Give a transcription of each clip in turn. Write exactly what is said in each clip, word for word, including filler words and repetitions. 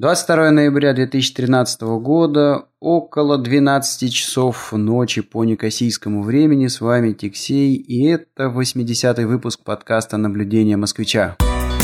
двадцать второе ноября две тысячи тринадцатого года, около двенадцати часов ночи по некосийскому времени. С вами Тиксей, и это восьмидесятый выпуск подкаста «Наблюдение москвича».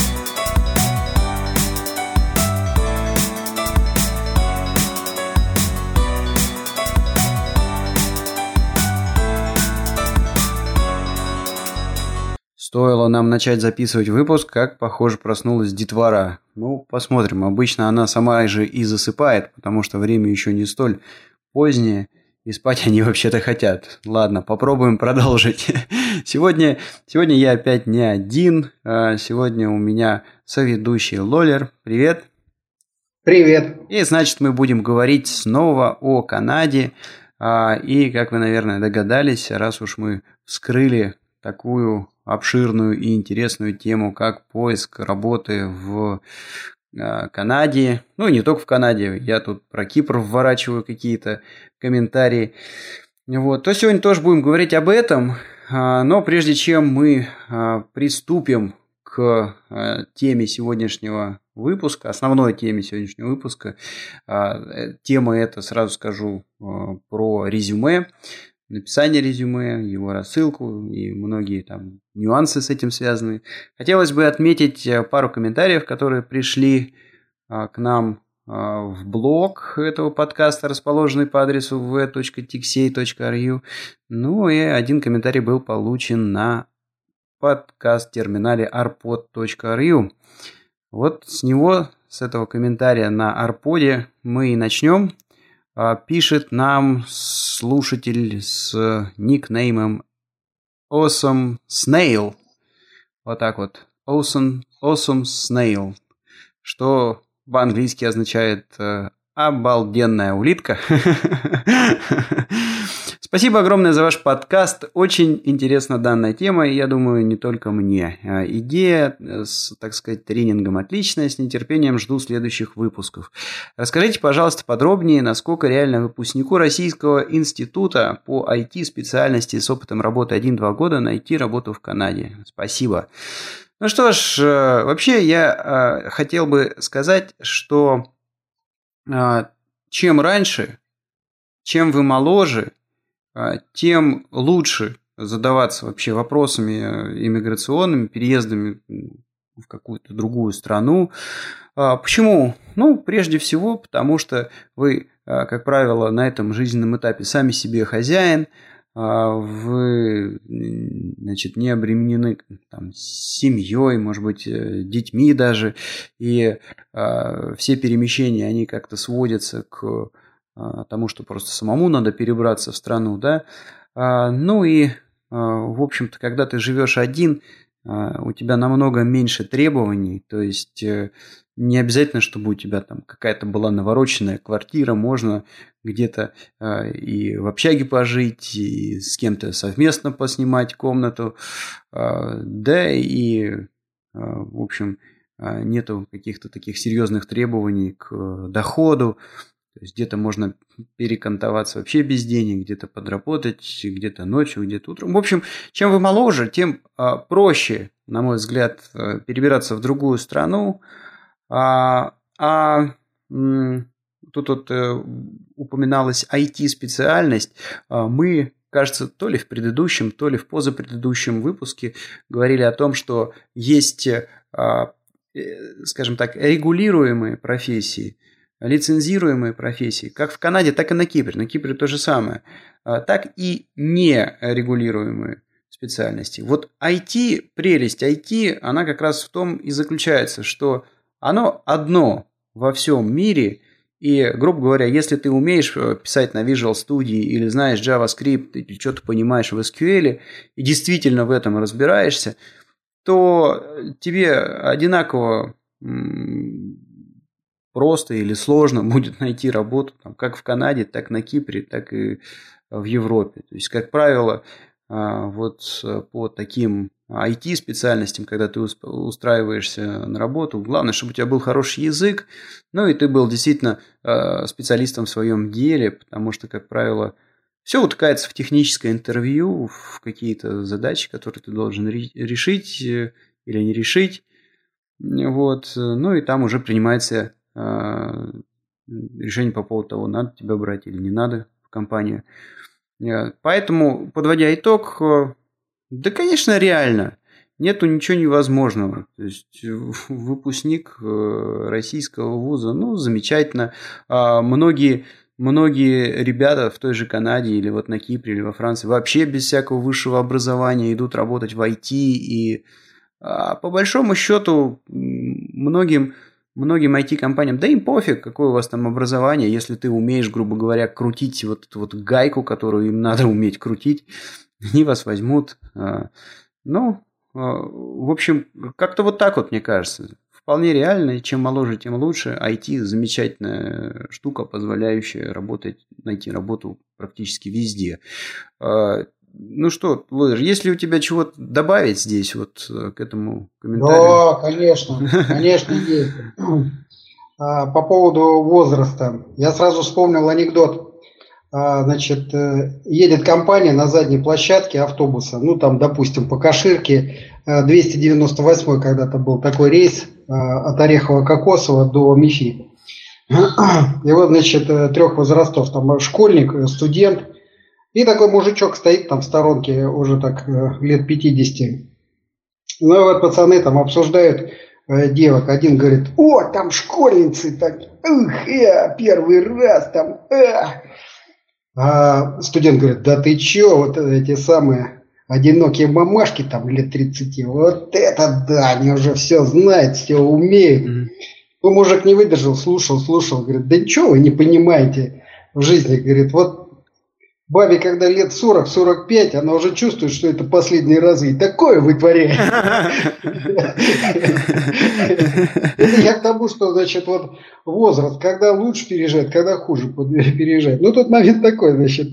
Стоило нам начать записывать выпуск, как, похоже, проснулась детвора. Ну, посмотрим. Обычно она сама же и засыпает, потому что время еще не столь позднее, и спать они вообще-то хотят. Ладно, попробуем продолжить. Сегодня, сегодня я опять не один. Сегодня у меня соведущий Лолер. Привет. Привет. И, значит, мы будем говорить снова о Канаде. И, как вы, наверное, догадались, раз уж мы вскрыли такую обширную и интересную тему, как поиск работы в Канаде. Ну, и не только в Канаде. Я тут про Кипр вворачиваю какие-то комментарии. Вот. То сегодня тоже будем говорить об этом. Но прежде чем мы приступим к теме сегодняшнего выпуска, основной теме сегодняшнего выпуска, тема эта, сразу скажу, про резюме. Написание резюме, его рассылку и многие там нюансы с этим связаны. Хотелось бы отметить пару комментариев, которые пришли к нам в блог этого подкаста, расположенный по адресу в точка тиксей точка ру. Ну и один комментарий был получен на подкаст-терминале арпод точка ру. Вот с него, с этого комментария на Арподе мы и начнем. Пишет нам слушатель с никнеймом Awesome Snail. Вот так вот. Awesome, awesome Snail. Что по-английски означает «обалденная улитка». Спасибо огромное за ваш подкаст. Очень интересна данная тема, и я думаю, не только мне. Идея с, так сказать, тренингом отличная, с нетерпением жду следующих выпусков. Расскажите, пожалуйста, подробнее, насколько реально выпускнику Российского института по ай ти-специальности с опытом работы один-два года найти работу в Канаде. Спасибо. Ну что ж, вообще я хотел бы сказать, что чем раньше, чем вы моложе, тем лучше задаваться вообще вопросами иммиграционными, переездами в какую-то другую страну. Почему? Ну, прежде всего, потому что вы, как правило, на этом жизненном этапе сами себе хозяин, вы, значит, не обременены там, семьей, может быть, детьми даже, и все перемещения, они как-то сводятся к тому, что просто самому надо перебраться в страну, да. Ну и, в общем-то, когда ты живешь один, у тебя намного меньше требований, то есть не обязательно, чтобы у тебя там какая-то была навороченная квартира, можно где-то и в общаге пожить, и с кем-то совместно поснимать комнату, да и, в общем, нету каких-то таких серьезных требований к доходу. То есть где-то можно перекантоваться вообще без денег, где-то подработать, где-то ночью, где-то утром. В общем, чем вы моложе, тем а, проще, на мой взгляд, перебираться в другую страну. А, а м, тут вот э, упоминалась ай ти-специальность. А, мы, кажется, то ли в предыдущем, то ли в позапредыдущем выпуске говорили о том, что есть, а, э, скажем так, регулируемые профессии, лицензируемые профессии, как в Канаде, так и на Кипре. На Кипре то же самое. Так и нерегулируемые специальности. Вот ай ти, прелесть ай ти, она как раз в том и заключается, что оно одно во всем мире. И, грубо говоря, если ты умеешь писать на Visual Studio или знаешь JavaScript, или что-то понимаешь в эс кью эль, и действительно в этом разбираешься, то тебе одинаково просто или сложно будет найти работу там, как в Канаде, так на Кипре, так и в Европе. То есть, как правило, вот по таким ай ти-специальностям, когда ты устраиваешься на работу, главное, чтобы у тебя был хороший язык, ну и ты был действительно специалистом в своем деле, потому что, как правило, все утыкается в техническое интервью, в какие-то задачи, которые ты должен решить или не решить. Вот. Ну и там уже принимается решение по поводу того, надо тебя брать или не надо в компанию. Поэтому, подводя итог, да, конечно, реально. Нету ничего невозможного. То есть выпускник российского вуза, ну, замечательно. Многие, многие ребята в той же Канаде или вот на Кипре или во Франции вообще без всякого высшего образования идут работать в ай ти. И по большому счету многим, многим ай ти-компаниям, да им пофиг, какое у вас там образование, если ты умеешь, грубо говоря, крутить вот эту вот гайку, которую им надо уметь крутить, они вас возьмут. Ну, в общем, как-то вот так вот, мне кажется. Вполне реально. Чем моложе, тем лучше. ай ти – замечательная штука, позволяющая работать, найти работу практически везде. Ну что, Владимир, есть ли у тебя чего-то добавить здесь вот к этому комментарию? Да, конечно, конечно, есть. По поводу возраста. Я сразу вспомнил анекдот. Значит, едет компания на задней площадке автобуса, ну там, допустим, по Каширке, двести девяносто восьмой когда-то был такой рейс от Орехово-Кокосово до МИФИ. И вот, значит, трех возрастов, там школьник, студент, и такой мужичок стоит там в сторонке уже так лет пятидесяти. Ну и вот пацаны там обсуждают девок. Один говорит: о, там школьницы, так, ух, э, первый раз там, э. А студент говорит: да ты чё, вот эти самые одинокие мамашки там лет тридцати, вот это да, они уже все знают, все умеют. Mm-hmm. Ну, мужик не выдержал, слушал, слушал, говорит: да ничего вы не понимаете в жизни, говорит, вот бабе, когда лет сорок сорок пять, она уже чувствует, что это последние разы, и такое вытворяет. Это я к тому, что, значит, вот возраст, когда лучше переезжает, когда хуже переезжает. Ну, тут момент такой, значит,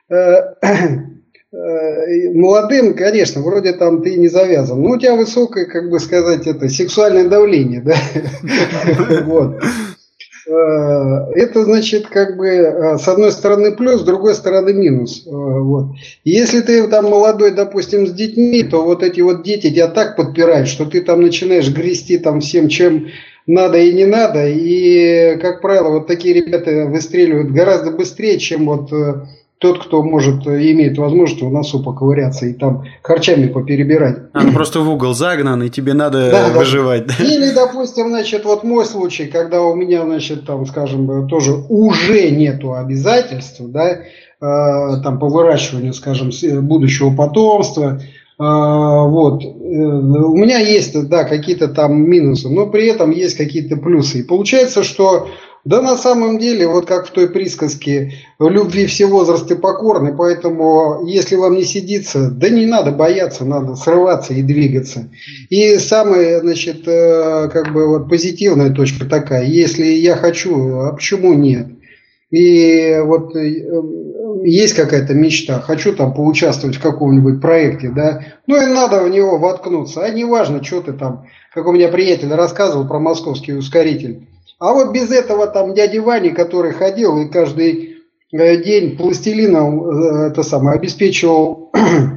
молодым, конечно, вроде там ты не завязан, но у тебя высокое, как бы сказать, это сексуальное давление, да, вот. Это, значит, как бы с одной стороны плюс, с другой стороны минус. Вот. Если ты там молодой, допустим, с детьми, то вот эти вот дети тебя так подпирают, что ты там начинаешь грести там всем, чем надо и не надо. И, как правило, вот такие ребята выстреливают гораздо быстрее, чем вот тот, кто может, имеет возможность в носу поковыряться и там харчами поперебирать. А, ну просто в угол загнан, и тебе надо да, выживать. Да. Или, допустим, значит, вот мой случай, когда у меня, значит, там, скажем, тоже уже нету обязательств, да, э, там, по выращиванию, скажем, будущего потомства, э, вот, э, у меня есть, да, какие-то там минусы, но при этом есть какие-то плюсы. И получается, что да, на самом деле, вот как в той присказке, в любви все возрасты покорны, поэтому, если вам не сидится, да не надо бояться, надо срываться и двигаться. И самая, значит, как бы вот позитивная точка такая: если я хочу, а почему нет? И вот есть какая-то мечта, хочу там поучаствовать в каком-нибудь проекте, да, ну и надо в него воткнуться, а не важно, что ты там, как у меня приятель рассказывал про московский ускоритель. А вот без этого там дяди Вани, который ходил и каждый день пластилином это самое, обеспечивал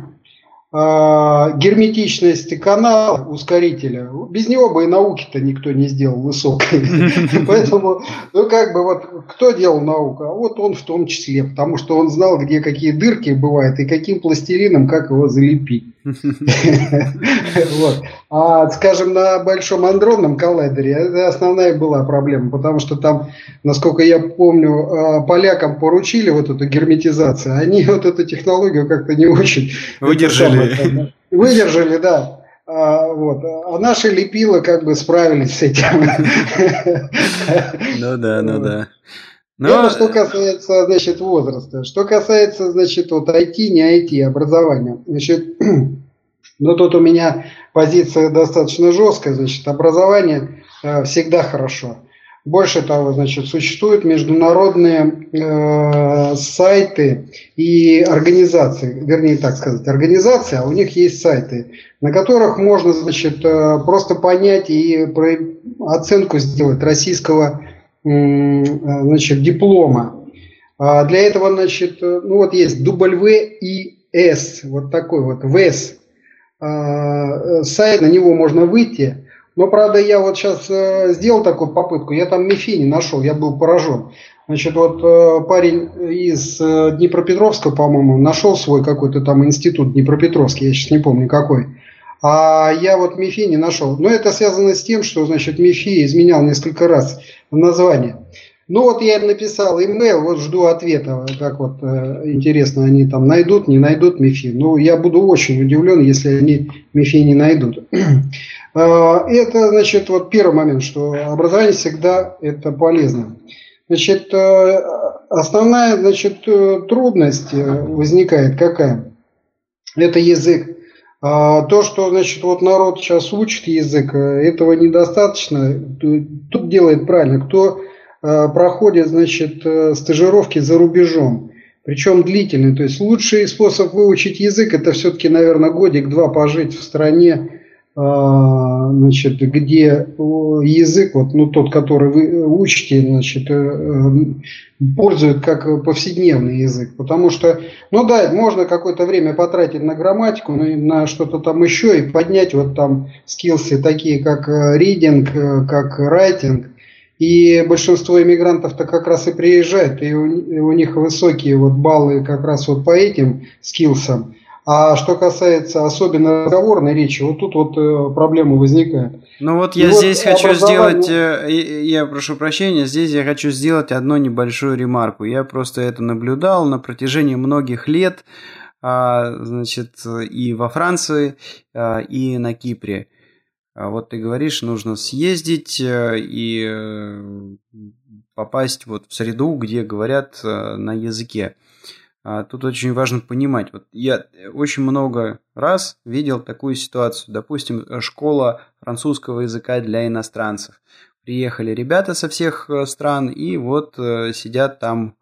герметичность канала ускорителя, без него бы и науки-то никто не сделал высокой. Поэтому, ну как бы вот кто делал науку? А вот он в том числе, потому что он знал, где какие дырки бывают и каким пластилином как его залепить. Вот. А, скажем, на Большом андронном коллайдере это основная была проблема, потому что там, насколько я помню, полякам поручили вот эту герметизацию, они вот эту технологию как-то не очень выдержали. Самое, выдержали, да. А, вот. А наши лепила как бы справились с этим. Ну да, ну да. Но... Это что касается, значит, возраста. Что касается, значит, вот ай ти, не ай ти, образования. Значит, ну тут у меня позиция достаточно жесткая, значит, образование э, всегда хорошо. Больше того, значит, существуют международные э, сайты и организации, вернее так сказать, организации, а у них есть сайты, на которых можно, значит, э, просто понять и про, оценку сделать российского значит, диплома. А для этого, значит, ну вот есть дабл ю и эс, вот такой вот, ви эс, а, сайт, на него можно выйти. Но, правда, я вот сейчас э, сделал такую попытку, я там МИФИ не нашел, я был поражен. Значит, вот э, парень из э, Днепропетровска, по-моему, нашел свой какой-то там институт Днепропетровский, я сейчас не помню какой. А я вот МИФИ не нашел. Но это связано с тем, что, значит, МИФИ изменял несколько раз название. Ну вот я им написал имейл, вот жду ответа, как вот э, интересно, они там найдут, не найдут МИФИ. Ну, я буду очень удивлен, если они МИФИ не найдут. Это, значит, вот первый момент, что образование всегда это полезно. Значит, основная, значит, трудность возникает какая? Это язык. То, что, значит, вот народ сейчас учит язык, этого недостаточно. Тут делает правильно. Кто проходит, значит, стажировки за рубежом, причем длительные. То есть лучший способ выучить язык — это все-таки, наверное, годик-два пожить в стране, значит, где язык, вот, ну, тот, который вы учите, значит, пользует как повседневный язык. Потому что, ну да, можно какое-то время потратить на грамматику, на что-то там еще и поднять вот там скиллсы такие, как reading, как writing. И большинство иммигрантов-то как раз и приезжают, и у, у них высокие вот баллы как раз вот по этим скиллсам. А что касается особенно разговорной речи, вот тут вот э, проблема возникает. Ну вот я и здесь вот хочу образование... сделать, э, я прошу прощения, здесь я хочу сделать одну небольшую ремарку. Я просто это наблюдал на протяжении многих лет, э, значит, и во Франции, э, и на Кипре. Вот ты говоришь, нужно съездить э, и э, попасть вот в среду, где говорят э, на языке. Тут очень важно понимать. Вот я очень много раз видел такую ситуацию. Допустим, школа французского языка для иностранцев. Приехали ребята со всех стран и вот сидят там,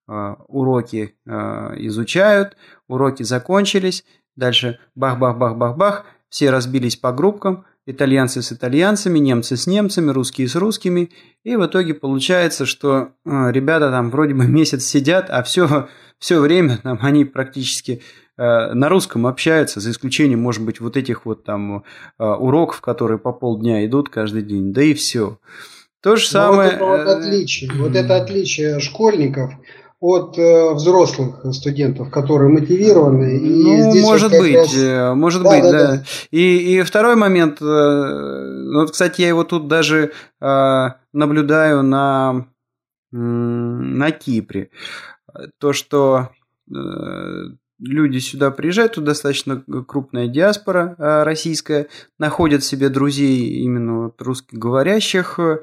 уроки изучают, уроки закончились, дальше бах-бах-бах-бах-бах, все разбились по группкам, итальянцы с итальянцами, немцы с немцами, русские с русскими, и в итоге получается, что ребята там вроде бы месяц сидят, а все... Все время там они практически э, на русском общаются, за исключением, может быть, вот этих вот там э, уроков, которые по полдня идут каждый день, да и все. То же самое... Вот это вот отличие, вот это отличие школьников от э, взрослых студентов, которые мотивированы. И ну, здесь может вот быть, раз... может да, быть, да. да. да. И, и второй момент, э, вот, кстати, я его тут даже э, наблюдаю на, э, на Кипре. То, что э, люди сюда приезжают, тут достаточно крупная диаспора э, российская, находят себе друзей именно вот русскоговорящих, э,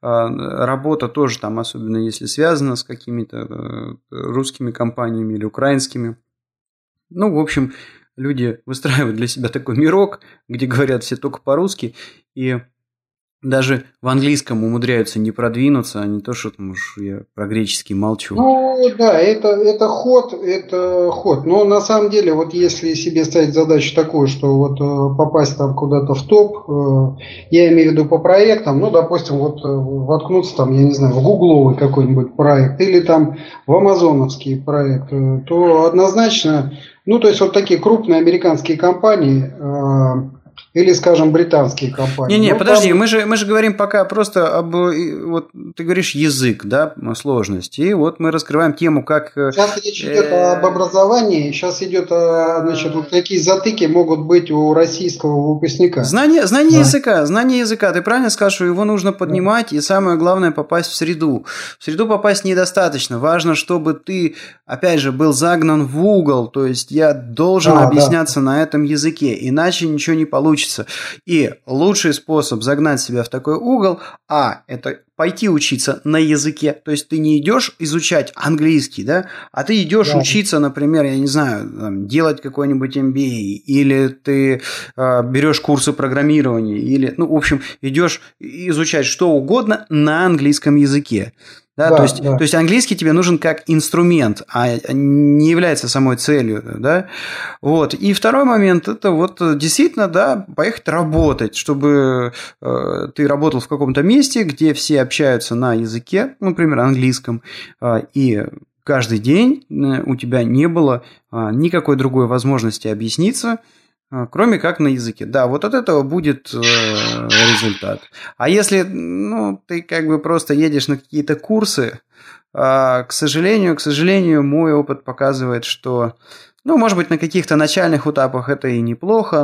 работа тоже там, особенно если связана с какими-то э, русскими компаниями или украинскими. Ну, в общем, люди выстраивают для себя такой мирок, где говорят все только по-русски, и даже в английском умудряются не продвинуться, а не то, что там уж я про греческий молчу. Ну да, это, это ход, это ход. Но на самом деле, вот если себе ставить задачу такую, что вот э, попасть там куда-то в топ, э, я имею в виду по проектам, ну, допустим, вот э, воткнуться там, я не знаю, в гугловый какой-нибудь проект или там в амазоновский проект, э, то однозначно, ну, то есть вот такие крупные американские компании, э, или, скажем, британские компании. Не-не, ну, подожди, там... мы же, мы же говорим пока просто об, вот ты говоришь язык, да, сложности, и вот мы раскрываем тему, как... Сейчас речь идет об образовании, сейчас идет, значит, вот какие затыки могут быть у российского выпускника. Знание, знание да. языка, знание языка, ты правильно скажешь, что его нужно поднимать, да. И самое главное попасть в среду. В среду попасть недостаточно, важно, чтобы ты, опять же, был загнан в угол, то есть я должен да, объясняться да. на этом языке, иначе ничего не получится. И лучший способ загнать себя в такой угол, а, это пойти учиться на языке, то есть ты не идешь изучать английский, да, а ты идешь да. учиться, например, я не знаю, там, делать какой-нибудь эм би эй, или ты э, берешь курсы программирования, или, ну, в общем, идешь изучать что угодно на английском языке. Да, да, то, есть, да. то есть английский тебе нужен как инструмент, а не является самой целью. Да? Вот. И второй момент – это вот действительно да, поехать работать, чтобы э, ты работал в каком-то месте, где все общаются на языке, например, английском, э, и каждый день у тебя не было э, никакой другой возможности объясниться, кроме как на языке. Да, вот от этого будет э, результат. А если, ну, ты как бы просто едешь на какие-то курсы, э, к сожалению, к сожалению, мой опыт показывает, что, ну, может быть, на каких-то начальных этапах это и неплохо,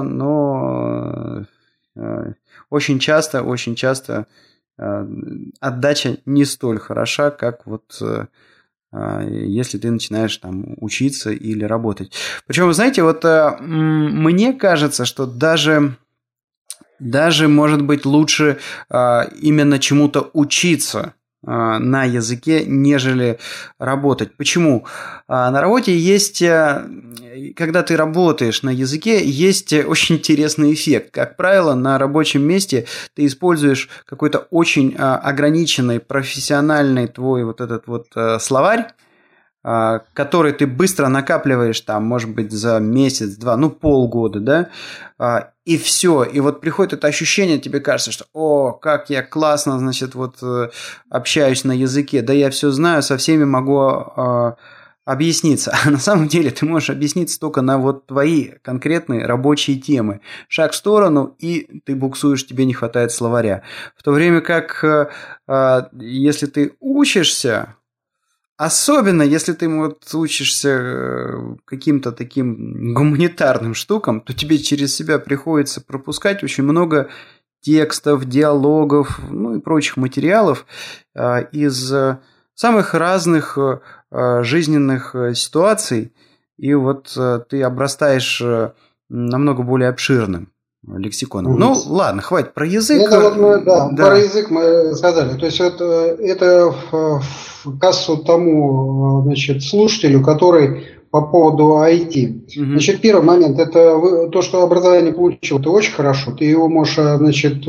но э, очень часто, очень часто э, отдача не столь хороша, как вот... Э, если ты начинаешь там учиться или работать. Причем, вы знаете, вот мне кажется, что даже, даже может быть лучше именно чему-то учиться на языке, нежели работать. Почему? На работе есть, когда ты работаешь на языке, есть очень интересный эффект. Как правило, на рабочем месте ты используешь какой-то очень ограниченный, профессиональный твой вот этот вот словарь, который ты быстро накапливаешь, там, может быть, за месяц, два, ну, полгода, да, и все. И вот приходит это ощущение, тебе кажется, что, о, как я классно, значит, вот общаюсь на языке, да я все знаю, со всеми могу а, объясниться. А на самом деле ты можешь объясниться только на вот твои конкретные рабочие темы. Шаг в сторону, и ты буксуешь, тебе не хватает словаря. В то время как, а, если ты учишься, особенно, если ты вот учишься каким-то таким гуманитарным штукам, то тебе через себя приходится пропускать очень много текстов, диалогов, ну и прочих материалов из самых разных жизненных ситуаций, и вот ты обрастаешь намного более обширным лексиконом. Угу. Ну, ладно, хватит про язык. Это вот мы, да, да, про язык мы сказали. То есть вот, это в, в кассу тому, значит, слушателю, который по поводу ай ти. Угу. Значит, первый момент, это вы, то, что образование получил, это очень хорошо. Ты его можешь, значит,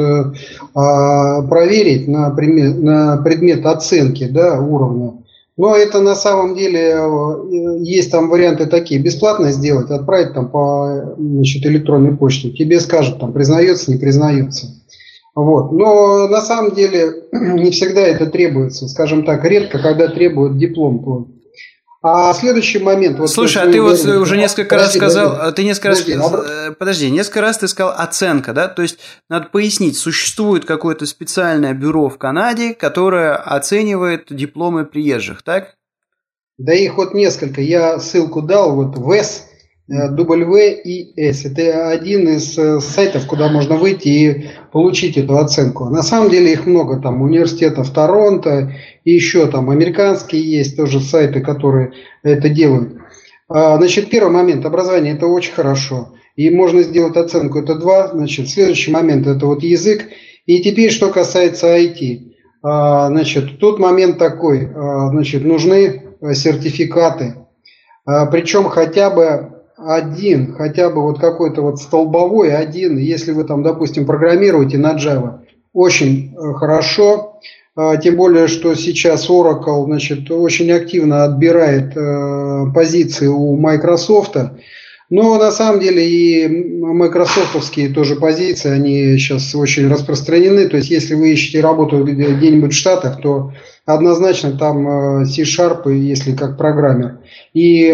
проверить на, предмет, на предмет оценки, да, уровня. Но это на самом деле есть там варианты такие. Бесплатно сделать, отправить там по, значит, электронной почте. Тебе скажут, там, признается, не признается. Вот. Но на самом деле не всегда это требуется. Скажем так, редко, когда требуют диплом твой. А следующий момент... Вот слушай, а ты вот говорили, уже несколько подожди, раз сказал... Подожди, ты несколько подожди, раз... Обр... Подожди, несколько раз ты сказал оценка, да? То есть, надо пояснить, существует какое-то специальное бюро в Канаде, которое оценивает дипломы приезжих, так? Да их вот несколько. Я ссылку дал, вот ви эс, дабл ю и эс. Это один из сайтов, куда можно выйти и получить эту оценку. На самом деле их много. Там университетов Торонто, и еще там американские есть тоже сайты, которые это делают. Значит, первый момент. Образование – это очень хорошо. И можно сделать оценку. Это два. Значит, следующий момент – это вот язык. И теперь, что касается ай ти. Значит, тут момент такой. Значит, нужны сертификаты. Причем хотя бы один, хотя бы вот какой-то вот столбовой один, если вы там, допустим, программируете на Java, очень хорошо, тем более, что сейчас Oracle, значит, очень активно отбирает позиции у Microsoft, но на самом деле и майкрософтовские тоже позиции, они сейчас очень распространены, то есть если вы ищете работу где-нибудь в Штатах, то однозначно там C-Sharp, если как программер. И,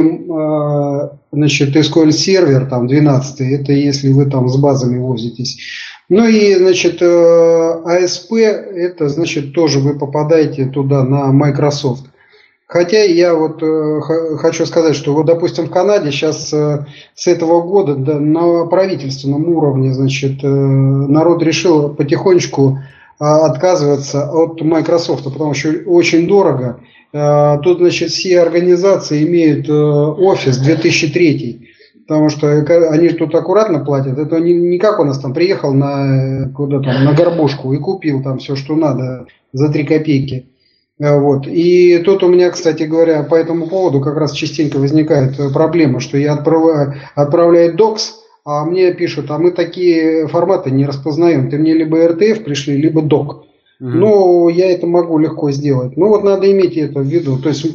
значит, эс ку эль-сервер, там, двенадцатый, это если вы там с базами возитесь. Ну и, значит, эй эс пи, это, значит, тоже вы попадаете туда на Microsoft. Хотя я вот э, хочу сказать, что вот, допустим, в Канаде сейчас э, с этого года да, на правительственном уровне, значит, э, народ решил потихонечку э, отказываться от Microsoft, потому что очень дорого. Э, тут, значит, все организации имеют э, офис две тысячи третий, потому что они тут аккуратно платят. Это не, не как у нас там приехал на, куда там, на горбушку и купил там все, что надо за три копейки. Вот. И тут у меня, кстати говоря, по этому поводу как раз частенько возникает проблема, что я отправляю, отправляю докс, а мне пишут, а мы такие форматы не распознаем. Ты мне либо эр ти эф пришли, либо док. Угу. Ну, я это могу легко сделать. Ну, вот надо иметь это в виду. То есть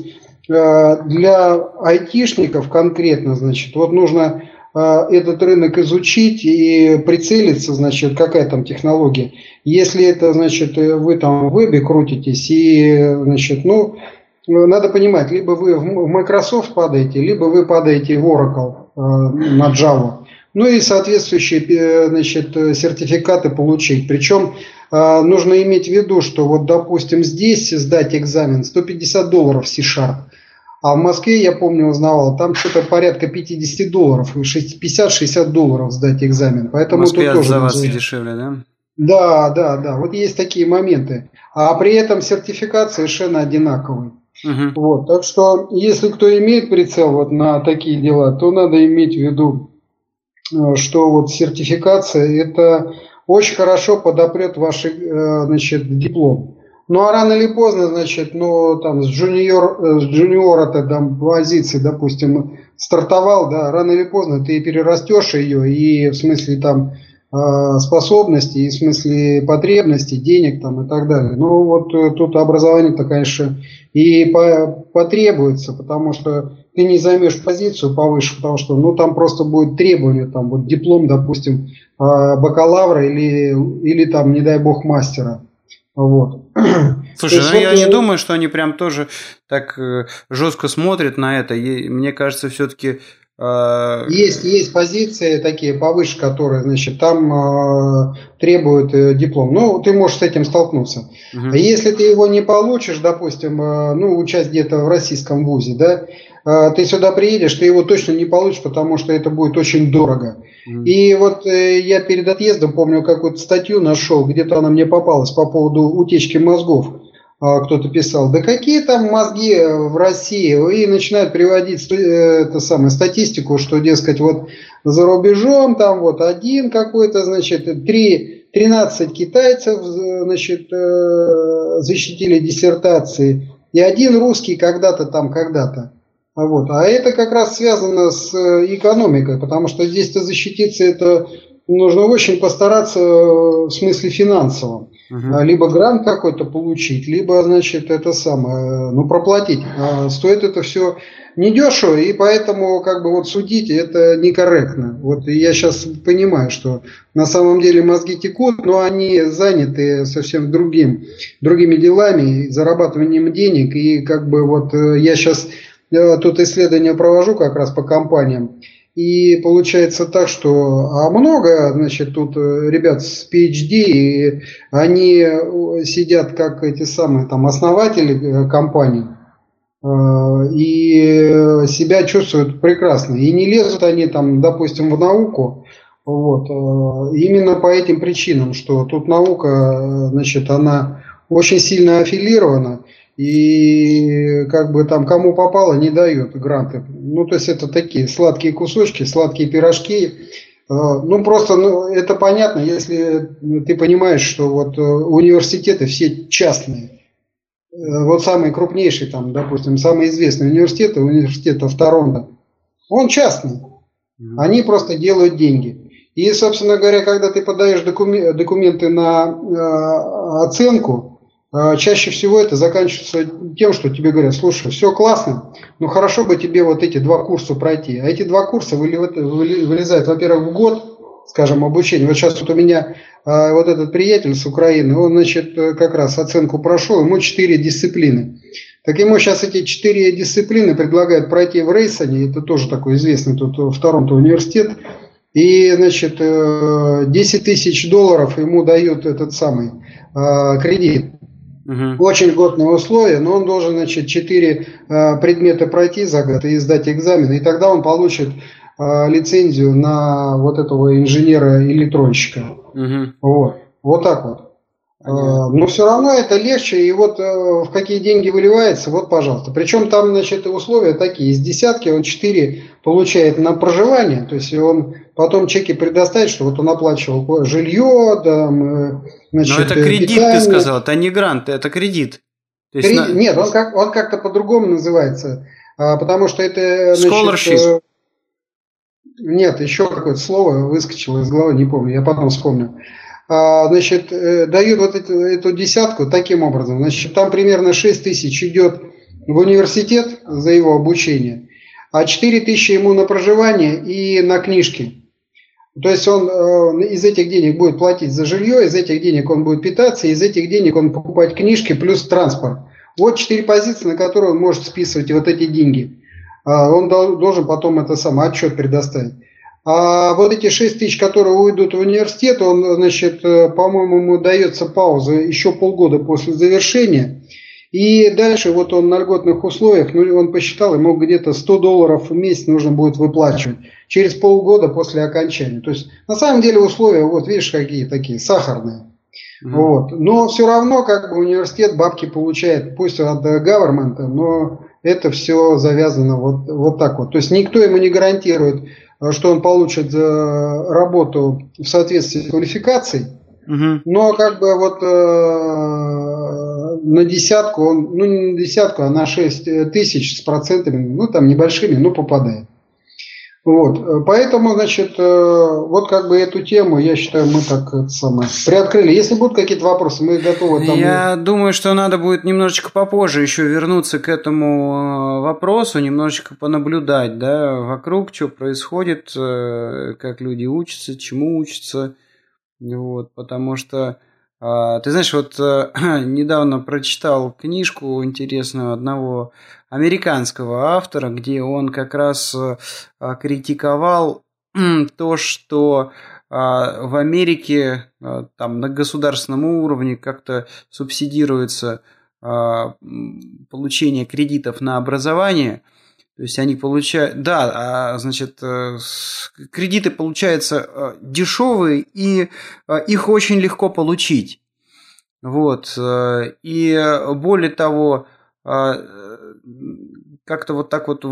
для айтишников конкретно, значит, вот нужно этот рынок изучить и прицелиться, значит, какая там технология. Если это, значит, вы там в вебе крутитесь и, значит, ну, надо понимать, либо вы в Microsoft падаете, либо вы падаете в Oracle э, на Java. ну и соответствующие, значит, сертификаты получить. Причем нужно иметь в виду, что вот, допустим, здесь сдать экзамен сто пятьдесят долларов C-Sharp, а в Москве, я помню, узнавал, там что-то порядка пятьдесят долларов, пятьдесят-шестьдесят долларов сдать экзамен. Поэтому в Москве тут тоже сдаваться нужно... дешевле, да? Да, да, да. Вот есть такие моменты. А при этом сертификат совершенно одинаковый. Угу. Вот. Так что, если кто имеет прицел вот на такие дела, то надо иметь в виду, что вот сертификация это очень хорошо подопрет ваш, значит, диплом. Ну а рано или поздно, значит, ну там с джуниор, с джуниора-то там позиции, допустим, стартовал, да, рано или поздно ты перерастешь ее и в смысле там способностей, и в смысле потребностей, денег там и так далее. Ну вот тут образование-то, конечно, и по, потребуется, потому что ты не займешь позицию повыше, потому что ну там просто будет требование, там вот диплом, допустим, бакалавра или, или там, не дай бог, мастера. Вот. Слушай, ну вот я не думаю, что они прям тоже так жестко смотрят на это. Мне кажется, все-таки Есть, есть позиции такие повыше, которые, значит, там э, требуют э, диплом. Ну, ты можешь с этим столкнуться. Uh-huh. А если ты его не получишь, допустим, э, ну, участь где-то в российском вузе, да, э, ты сюда приедешь, ты его точно не получишь, потому что это будет очень дорого. Uh-huh. И вот э, я перед отъездом, помню, какую-то статью нашел, где-то она мне попалась по поводу утечки мозгов. Кто-то писал, да какие там мозги в России, и начинают приводить это самое, статистику, что, дескать, вот за рубежом там вот один какой-то, значит, три, тринадцать китайцев, значит, защитили диссертации, и один русский когда-то там, когда-то. Вот. А это как раз связано с экономикой, потому что здесь-то защититься это нужно очень постараться в смысле финансовом. Uh-huh. Либо грант какой-то получить, либо, значит, это самое, ну, проплатить. А стоит это все недешево, и поэтому, как бы, вот судить это некорректно. Вот и я сейчас понимаю, что на самом деле мозги текут, но они заняты совсем другим, другими делами, зарабатыванием денег, и как бы вот я сейчас тут исследования провожу как раз по компаниям. И получается так, что а много, значит, тут ребят с пи эйч ди, и они сидят как эти самые там основатели компаний, и себя чувствуют прекрасно. И не лезут они там, допустим, в науку, вот, именно по этим причинам, что тут наука, значит, она очень сильно аффилирована. И как бы там кому попало, не дают гранты. Ну, то есть это такие сладкие кусочки, сладкие пирожки. Ну, просто ну, это понятно, если ты понимаешь, что вот университеты все частные. Вот самый крупнейший, там, допустим, самый известный университет, университет в Торонто, он частный. Они просто делают деньги. И, собственно говоря, когда ты подаешь документы на оценку, чаще всего это заканчивается тем, что тебе говорят, слушай, все классно, но хорошо бы тебе вот эти два курса пройти. А эти два курса вылезают, во-первых, в год, скажем, обучения. Вот сейчас вот у меня а, вот этот приятель с Украины, он, значит, как раз оценку прошел, ему четыре дисциплины. Так ему сейчас эти четыре дисциплины предлагают пройти в Рейсоне, это тоже такой известный тут в Торонто университет, и, значит, десять тысяч долларов ему дают этот самый а, кредит. Uh-huh. Очень льготные условия, но он должен, значит, четыре э, предмета пройти за год и сдать экзамен, и тогда он получит э, лицензию на вот этого инженера-электронщика. Uh-huh. Вот. Вот так вот. Uh-huh. Э, но все равно это легче, и вот э, в какие деньги выливается, вот, пожалуйста. Причем там, значит, условия такие, из десятки он четыре получает на проживание, то есть он потом чеки предоставит, что вот он оплачивал жилье, там, значит, но это кредит, питание. Ты сказал, это не грант, это кредит. То есть Кредит, на... Нет, он, как, он как-то по-другому называется, а, потому что это... Scholarship. Значит, нет, еще какое-то слово выскочило из головы, не помню, я потом вспомню. А, значит, дают вот эту, эту десятку таким образом. Значит, там примерно шесть тысяч идет в университет за его обучение, а четыре тысячи ему на проживание и на книжки. То есть он э, из этих денег будет платить за жилье, из этих денег он будет питаться, из этих денег он покупать книжки плюс транспорт. Вот четыре позиции, на которые он может списывать вот эти деньги. Э, он дол- должен потом это самое отчет предоставить. А вот эти шесть тысяч, которые уйдут в университет, он, значит, по-моему, ему дается пауза еще полгода после завершения. И дальше вот он на льготных условиях, ну он посчитал, ему где-то сто долларов в месяц нужно будет выплачивать через полгода после окончания. То есть на самом деле условия, вот видишь, какие такие, сахарные. Mm-hmm. Вот. Но все равно как бы университет бабки получает, пусть от government, но это все завязано вот, вот так вот. То есть никто ему не гарантирует, что он получит работу в соответствии с квалификацией. Uh-huh. Но как бы вот э, на десятку, он, ну не на десятку, а на шесть тысяч с процентами, ну там небольшими, ну попадает. Вот, поэтому, значит, э, вот как бы эту тему, я считаю, мы так это самое, приоткрыли. Если будут какие-то вопросы, мы готовы там... Я думаю, что надо будет немножечко попозже еще вернуться к этому вопросу, немножечко понаблюдать, да, вокруг, что происходит, как люди учатся, чему учатся. Вот, потому что, э, ты знаешь, вот э, недавно прочитал книжку интересную одного американского автора, где он как раз э, критиковал э, то, что э, в Америке э, там на государственном уровне как-то субсидируется э, получение кредитов на образование. То есть они получают, да, значит, кредиты получаются дешевые, и их очень легко получить. Вот. И более того, как-то вот так вот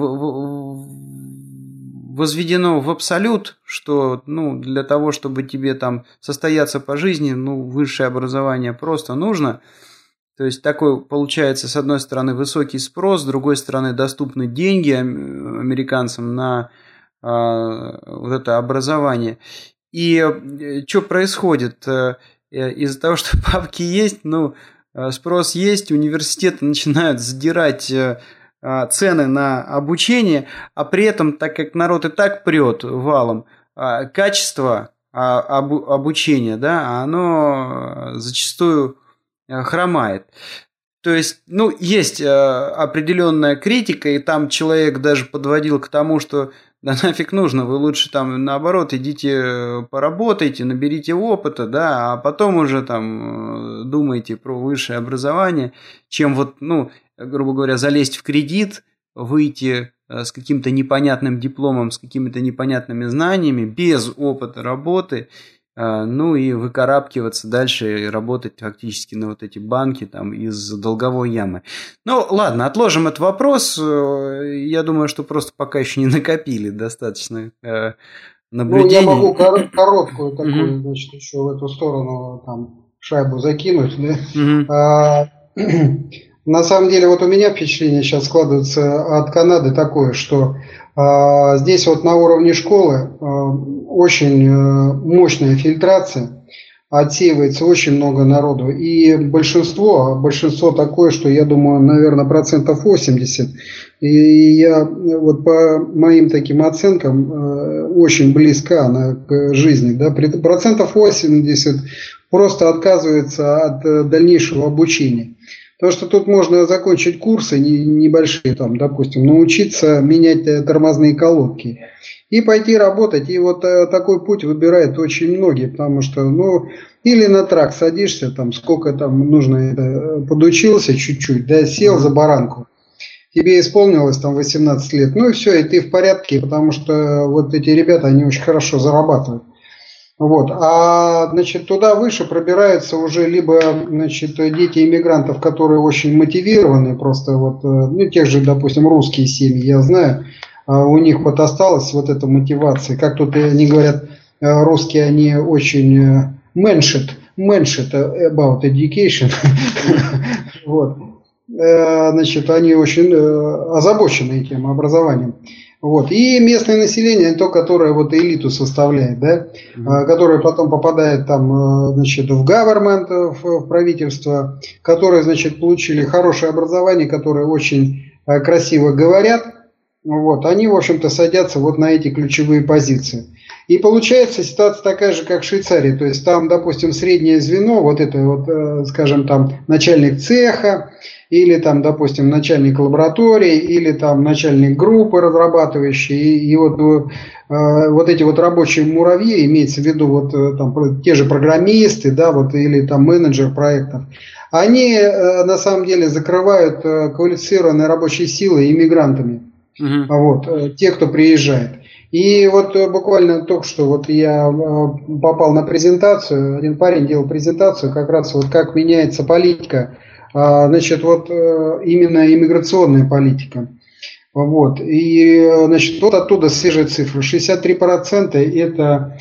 возведено в абсолют, что, ну, для того, чтобы тебе там состояться по жизни, ну, высшее образование просто нужно. То есть такой получается, с одной стороны, высокий спрос, с другой стороны, доступны деньги американцам на э, вот это образование. И что происходит? Из-за того, что бабки есть, ну, спрос есть, университеты начинают задирать э, цены на обучение, а при этом, так как народ и так прет валом, э, качество э, об, обучения, да, оно зачастую хромает. То есть, ну, есть э, определенная критика, и там человек даже подводил к тому, что да нафиг нужно, вы лучше там наоборот идите поработайте, наберите опыта, да, а потом уже там думайте про высшее образование, чем вот, ну, грубо говоря, залезть в кредит, выйти с каким-то непонятным дипломом, с какими-то непонятными знаниями, без опыта работы, ну и выкарабкиваться дальше и работать фактически на вот эти банки там из долговой ямы. Ну ладно, отложим этот вопрос. Я думаю, что просто пока еще не накопили достаточно э, наблюдений. Ну, я могу кор- короткую такую, значит, еще в эту сторону там шайбу закинуть. Да? Mm-hmm. А, на самом деле, вот у меня впечатление сейчас складывается от Канады такое, что а, здесь вот на уровне школы а, очень мощная фильтрация, отсеивается очень много народу. И большинство, большинство такое, что я думаю, наверное, процентов восемьдесят. И я вот по моим таким оценкам очень близка она к жизни. Да, процентов восемьдесят просто отказывается от дальнейшего обучения. Потому что тут можно закончить курсы небольшие, там, допустим, научиться менять тормозные колодки и пойти работать. И вот э, такой путь выбирают очень многие, потому что, ну, или на трак садишься, там, сколько там нужно, это, подучился чуть-чуть, да, сел за баранку, тебе исполнилось там восемнадцать лет, ну и все, и ты в порядке, потому что вот эти ребята, они очень хорошо зарабатывают. Вот. А, значит, туда выше пробираются уже либо, значит, дети иммигрантов, которые очень мотивированы, просто вот, ну, тех же, допустим, русские семьи, я знаю, у них вот осталась вот эта мотивация. Как тут они говорят, русские, они очень mentioned, mentioned about education. Вот. Значит, они очень озабочены этим образованием. Вот. И местное население, то, которое вот элиту составляет, да, mm-hmm. которое потом попадает там, значит, в government, в правительство, которые, значит, получили хорошее образование, которые очень красиво говорят, вот, они, в общем-то, садятся вот на эти ключевые позиции. И получается ситуация такая же, как в Швейцарии. То есть там, допустим, среднее звено, вот это вот, скажем, там начальник цеха, или там, допустим, начальник лаборатории, или там начальник группы разрабатывающей. И, и вот, э, вот эти вот рабочие муравьи, имеется в виду вот там те же программисты, да, вот, или там менеджер проектов, они э, на самом деле закрывают э, квалифицированные рабочие силы иммигрантами. Uh-huh. Вот, э, те, кто приезжает. И вот э, буквально только что вот я э, попал на презентацию, один парень делал презентацию, как раз вот как меняется политика, э, значит, вот э, именно иммиграционная политика. Вот, и, значит, вот оттуда свежие цифры. шестьдесят три процента это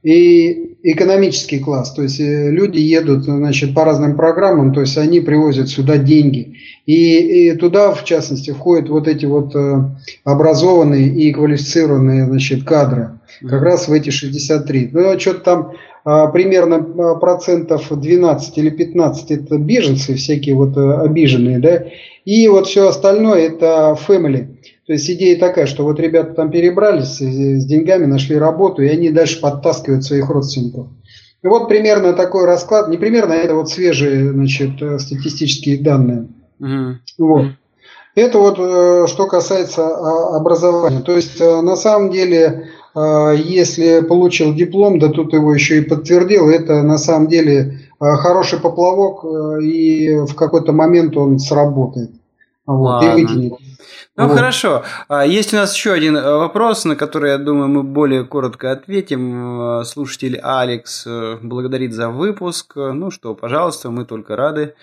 и экономический класс, то есть люди едут, значит, по разным программам, то есть они привозят сюда деньги. И, и туда, в частности, входят вот эти вот образованные и квалифицированные, значит, кадры, как раз в эти шестьдесят три. Ну, что-то там а, примерно процентов двенадцать или пятнадцать это беженцы, всякие вот обиженные, да, и вот все остальное это family. То есть идея такая, что вот ребята там перебрались с деньгами, нашли работу, и они дальше подтаскивают своих родственников. И вот примерно такой расклад, не примерно, а это вот свежие, значит, статистические данные. Mm-hmm. Вот. Это вот что касается образования. То есть на самом деле, если получил диплом, да тут его еще и подтвердил, это на самом деле хороший поплавок, и в какой-то момент он сработает. Вот, и вытянет. Ну, вот. Хорошо. Есть у нас еще один вопрос, на который, я думаю, мы более коротко ответим. Слушатель Алекс благодарит за выпуск. Ну что, пожалуйста, мы только рады.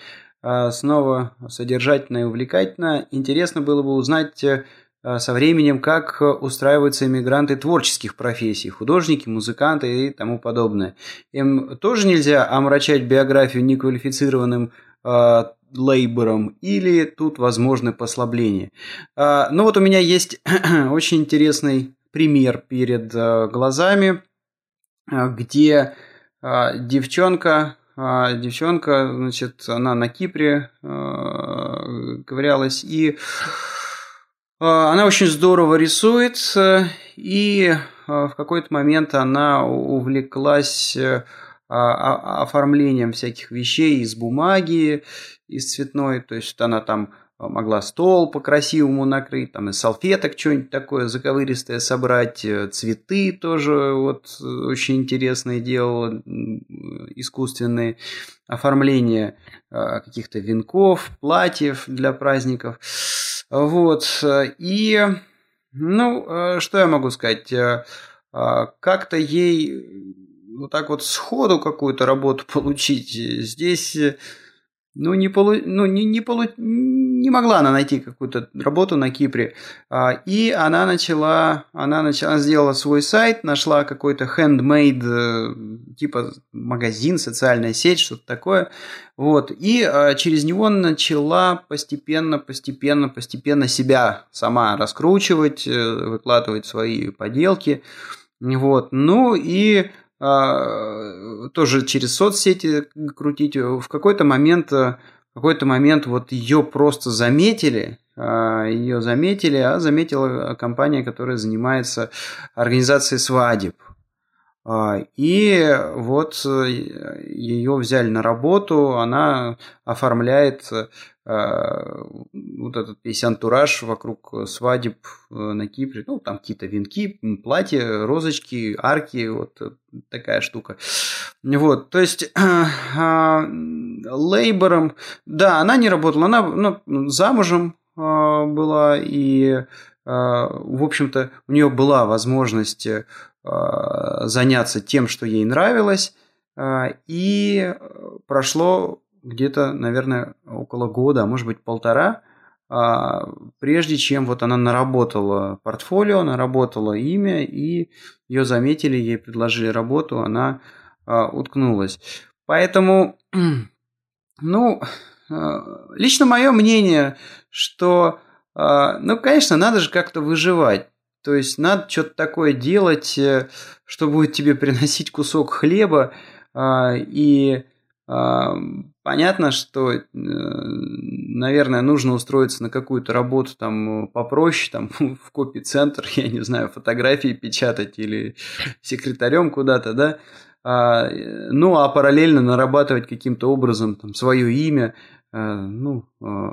Снова содержательно и увлекательно. Интересно было бы узнать со временем, как устраиваются иммигранты творческих профессий, художники, музыканты и тому подобное. Им тоже нельзя омрачать биографию неквалифицированным лейбором, или тут возможны послабления. Ну вот у меня есть очень интересный пример перед глазами, где девчонка, девчонка, значит, она на Кипре ковырялась, и она очень здорово рисует, и в какой-то момент она увлеклась оформлением всяких вещей из бумаги, из цветной, то есть она там могла стол по-красивому накрыть, там из салфеток что-нибудь такое заковыристое собрать, цветы тоже вот очень интересные делала, искусственные оформления каких-то венков, платьев для праздников, вот, и, ну, что я могу сказать, как-то ей вот так вот сходу какую-то работу получить здесь, ну, не, полу, ну, не, не, полу, не могла она найти какую-то работу на Кипре. И она начала, она начала, сделала свой сайт, нашла какой-то handmade, типа магазин, социальная сеть, что-то такое. Вот. И через него начала постепенно, постепенно, постепенно себя сама раскручивать, выкладывать свои поделки. Вот. Ну и тоже через соцсети крутить. В какой-то момент, в какой-то момент вот ее просто заметили, ее заметили, а заметила компания, которая занимается организацией свадеб. И вот ее взяли на работу, она оформляет вот этот весь антураж вокруг свадеб на Кипре. Ну, там какие-то венки, платья, розочки, арки, вот такая штука. Вот, то есть лейбором, да, она не работала, она ну, замужем была, и, в общем-то, у нее была возможность заняться тем, что ей нравилось, и прошло где-то, наверное, около года, а может быть полтора, прежде чем вот она наработала портфолио, наработала имя, и ее заметили, ей предложили работу, она уткнулась. Поэтому, ну, лично мое мнение, что, ну, конечно, надо же как-то выживать. То есть надо что-то такое делать, что будет тебе приносить кусок хлеба, и понятно, что, наверное, нужно устроиться на какую-то работу там попроще, там в копи-центр, я не знаю, фотографии печатать или секретарем куда-то, да. Ну, а параллельно нарабатывать каким-то образом там свое имя, ну,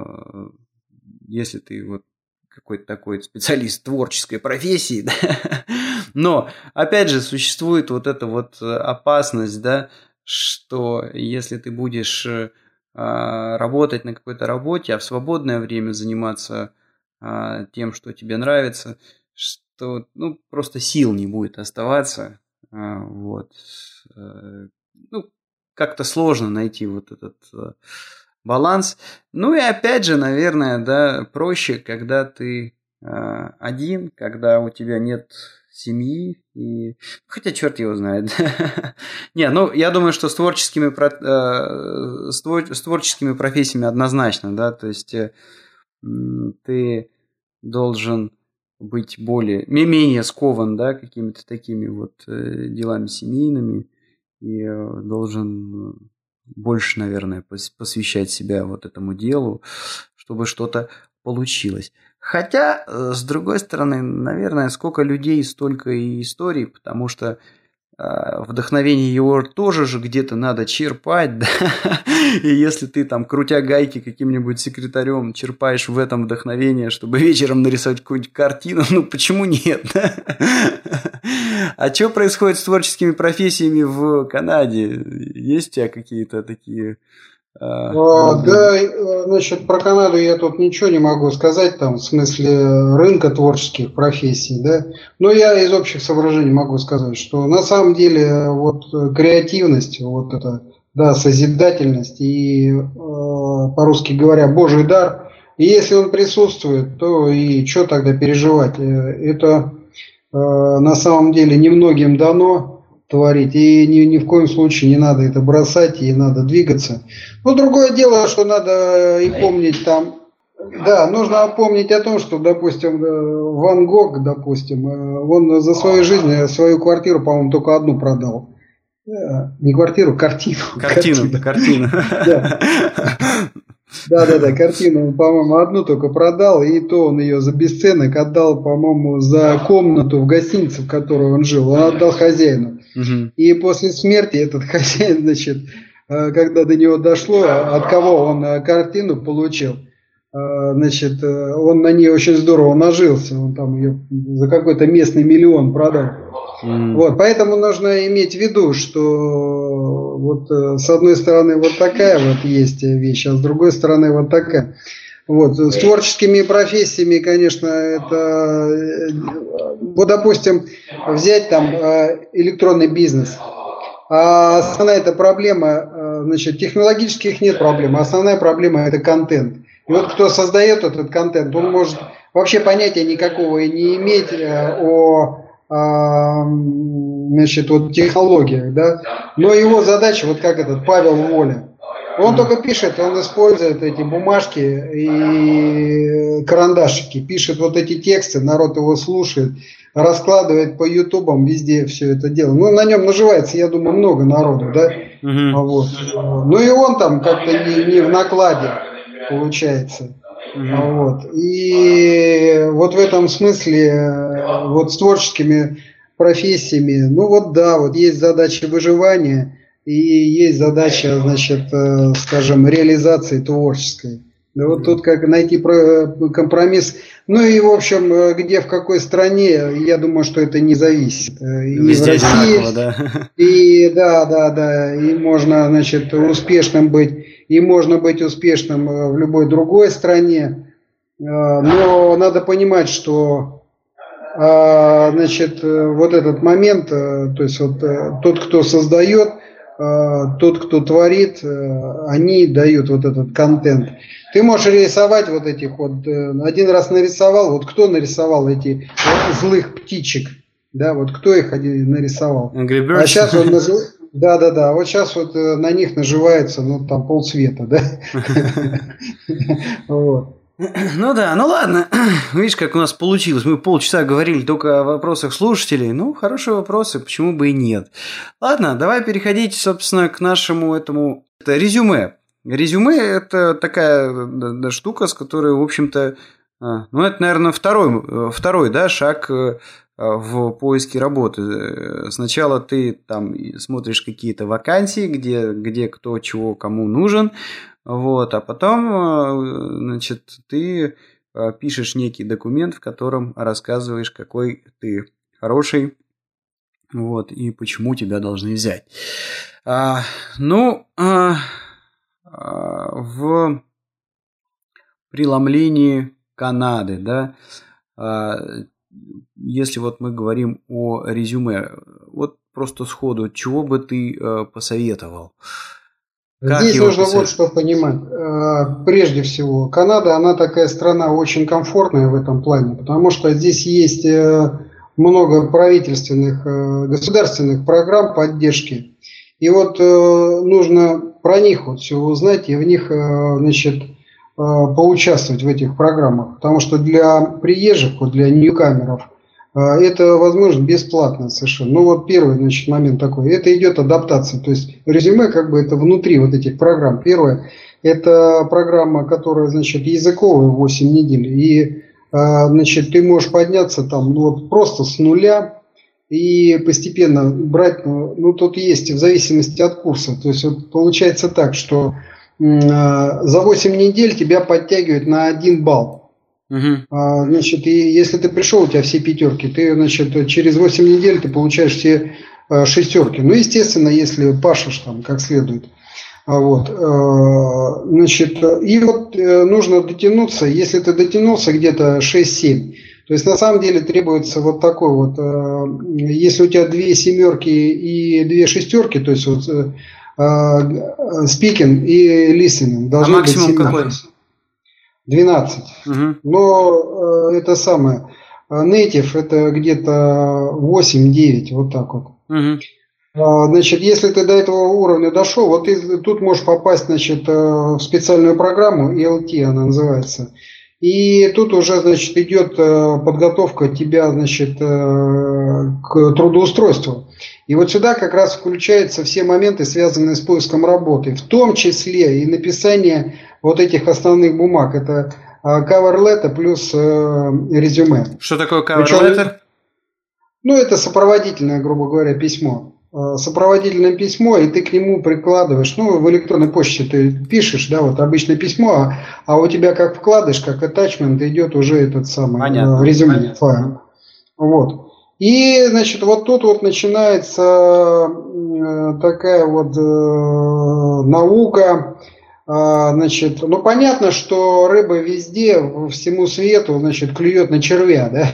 если ты вот какой-то такой специалист творческой профессии, да. Но, опять же, существует вот эта вот опасность, да, что если ты будешь работать на какой-то работе, а в свободное время заниматься тем, что тебе нравится, что, ну, просто сил не будет оставаться, вот. Ну, как-то сложно найти вот этот баланс. Ну и опять же, наверное, да, проще, когда ты один, когда у тебя нет семьи, и... хотя черт его знает. Не, ну, я думаю, что с творческими, с творческими профессиями однозначно, да, то есть ты должен быть более, менее скован, да, какими-то такими вот делами семейными, и должен больше, наверное, посвящать себя вот этому делу, чтобы что-то получилось. Хотя, с другой стороны, наверное, сколько людей, столько и историй, потому что э, вдохновение его тоже же где-то надо черпать, да? И если ты там, крутя гайки каким-нибудь секретарем, черпаешь в этом вдохновение, чтобы вечером нарисовать какую-нибудь картину, ну почему нет? А что происходит с творческими профессиями в Канаде? Есть у тебя какие-то такие... А, да, значит, про Канаду я тут ничего не могу сказать, там, в смысле рынка творческих профессий, да, но я из общих соображений могу сказать, что на самом деле вот креативность, вот это, да, созидательность и, по-русски говоря, Божий дар, и если он присутствует, то и что тогда переживать, это на самом деле немногим дано творить, и ни, ни в коем случае не надо это бросать, и надо двигаться. Но другое дело, что надо и помнить там, да, нужно помнить о том, что, допустим, Ван Гог, допустим, он за свою жизнь, свою квартиру, по-моему, только одну продал. Не квартиру, картину. Картину, картину. Да. Да, да, да, картину, по-моему, одну только продал, и то он ее за бесценок отдал, по-моему, за комнату в гостинице, в которой он жил, он отдал хозяину. Угу. И после смерти этот хозяин, значит, когда до него дошло, от кого он картину получил, значит, он на ней очень здорово нажился, он там ее за какой-то местный миллион продал. Mm. Вот, поэтому нужно иметь в виду, что вот с одной стороны вот такая вот есть вещь, а с другой стороны вот такая. Вот, с творческими профессиями, конечно, это, вот, допустим, взять там электронный бизнес. А основная эта проблема, значит, технологических нет проблем, а основная проблема это контент. И вот кто создает этот контент, он может вообще понятия никакого и не иметь о, о значит, вот технологиях, да. Но его задача, вот как этот Павел Воля, он только пишет, он использует эти бумажки и карандашики, пишет вот эти тексты, народ его слушает, раскладывает по ютубам, везде все это дело. Ну, на нем наживается, я думаю, много народу, да. Uh-huh. Вот. Ну и он там как-то не, не в накладе получается. Uh-huh. Вот. И вот в этом смысле, вот с творческими профессиями, ну вот да, вот есть задача выживания, и есть задача, значит, скажем, реализации творческой. Да вот тут как найти компромисс. Ну и, в общем, где, в какой стране, я думаю, что это не зависит. И везде в России, да. И да, да, да, и можно, значит, успешным быть, и можно быть успешным в любой другой стране. Но надо понимать, что, значит, вот этот момент, то есть вот тот, кто создает, тот, кто творит, они дают вот этот контент. Ты можешь рисовать вот этих вот, один раз нарисовал, вот кто нарисовал эти злых птичек, да, вот кто их нарисовал. А сейчас он называет, да, да, да, вот сейчас вот на них наживается, ну, там полцвета, да. Вот. Ну да, ну ладно. Видишь, как у нас получилось. Мы полчаса говорили только о вопросах слушателей. Ну, хорошие вопросы, почему бы и нет. Ладно, давай переходить, собственно, к нашему этому... Это резюме. Резюме – это такая да, штука, с которой, в общем-то... Ну, это, наверное, второй, второй да, шаг в поиске работы. Сначала ты там смотришь какие-то вакансии, где, где кто чего кому нужен. Вот, а потом, значит, ты пишешь некий документ, в котором рассказываешь, какой ты хороший, вот, и почему тебя должны взять. А, ну, а, а, в преломлении Канады, да, а, если вот мы говорим о резюме, вот просто сходу, чего бы ты а, посоветовал? Как Здесь нужно писать? Вот что понимать. Прежде всего, Канада, она такая страна очень комфортная в этом плане, потому что здесь есть много правительственных, государственных программ поддержки. И вот нужно про них вот все узнать и в них, значит, поучаствовать в этих программах. Потому что для приезжих, вот для ньюкамеров, это возможно бесплатно совершенно. Ну вот первый, значит, момент такой. Это идет адаптация. То есть резюме как бы это внутри вот этих программ. Первое, это программа, которая, значит, языковая восемь недель. И, значит, ты можешь подняться там ну, вот просто с нуля и постепенно брать, ну тут есть в зависимости от курса. То есть вот получается так, что за восемь недель тебя подтягивают на один балл. Uh-huh. А, значит, и если ты пришел, у тебя все пятерки, ты, значит, через восемь недель ты получаешь все а, шестерки. Ну, естественно, если пашешь там как следует. А, вот, а, значит, и вот а, нужно дотянуться, если ты дотянулся где-то шесть-семь, то есть на самом деле требуется вот такой вот, а, если у тебя две семерки и две шестерки, то есть вот спикинг и listening должны а максимум быть какой? двенадцать. Uh-huh. Но э, это самое. Native это где-то восемь-девять, вот так вот. Uh-huh. А, значит, если ты до этого уровня дошел, вот ты тут можешь попасть, значит, в специальную программу, и эл ти она называется. И тут уже, значит, идет подготовка тебя, значит, к трудоустройству. И вот сюда как раз включаются все моменты, связанные с поиском работы, в том числе и написание вот этих основных бумаг. Это cover letter плюс резюме. Что такое cover letter? Ну, это сопроводительное, грубо говоря, письмо. Сопроводительное письмо, и ты к нему прикладываешь, ну, в электронной почте ты пишешь, да, вот обычное письмо, а, а у тебя как вкладыш, как attachment идет уже этот самый понятно, резюме, понятно. Файл. Вот. И, значит, вот тут вот начинается э, такая вот э, наука, э, значит, ну, понятно, что рыба везде, всему свету, значит, клюет на червя, да?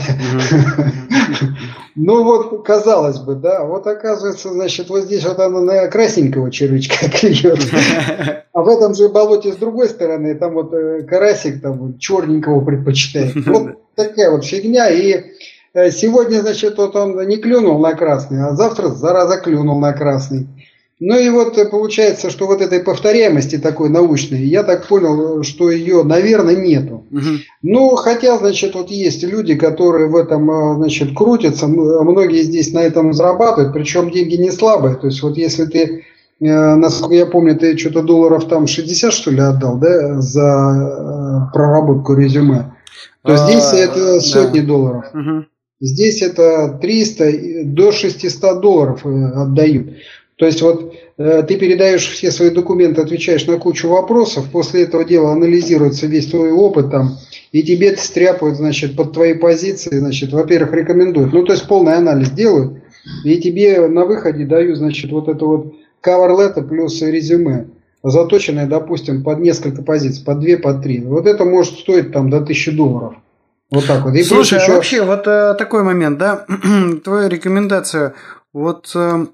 Ну, вот, казалось бы, да, вот оказывается, значит, вот здесь вот она на красненького червячка клюет, а в этом же болоте с другой стороны, там вот карасик там черненького предпочитает. Вот такая вот фигня, и сегодня, значит, вот он не клюнул на красный, а завтра, зараза, клюнул на красный. Ну и вот получается, что вот этой повторяемости такой научной, я так понял, что ее, наверное, нету. Угу. Ну, хотя, значит, вот есть люди, которые в этом, значит, крутятся, многие здесь на этом зарабатывают, причем деньги не слабые. То есть вот если ты, насколько я помню, ты что-то долларов там шестьдесят, что ли, отдал, да, за проработку резюме, то а, здесь это сотни да. долларов. Угу. Здесь это триста до шестисот долларов отдают. То есть вот э, ты передаешь все свои документы, отвечаешь на кучу вопросов, после этого дела анализируется весь твой опыт там, и тебе стряпают, значит, под твои позиции, значит, во-первых, рекомендуют, ну, то есть полный анализ делают, и тебе на выходе дают, значит, вот это вот cover letter плюс резюме, заточенное, допустим, под несколько позиций, под две, под три. Вот это может стоить там до тысячи долларов. Вот так вот. И слушай, еще... а вообще вот э, такой момент, да, твоя рекомендация, вот... Э...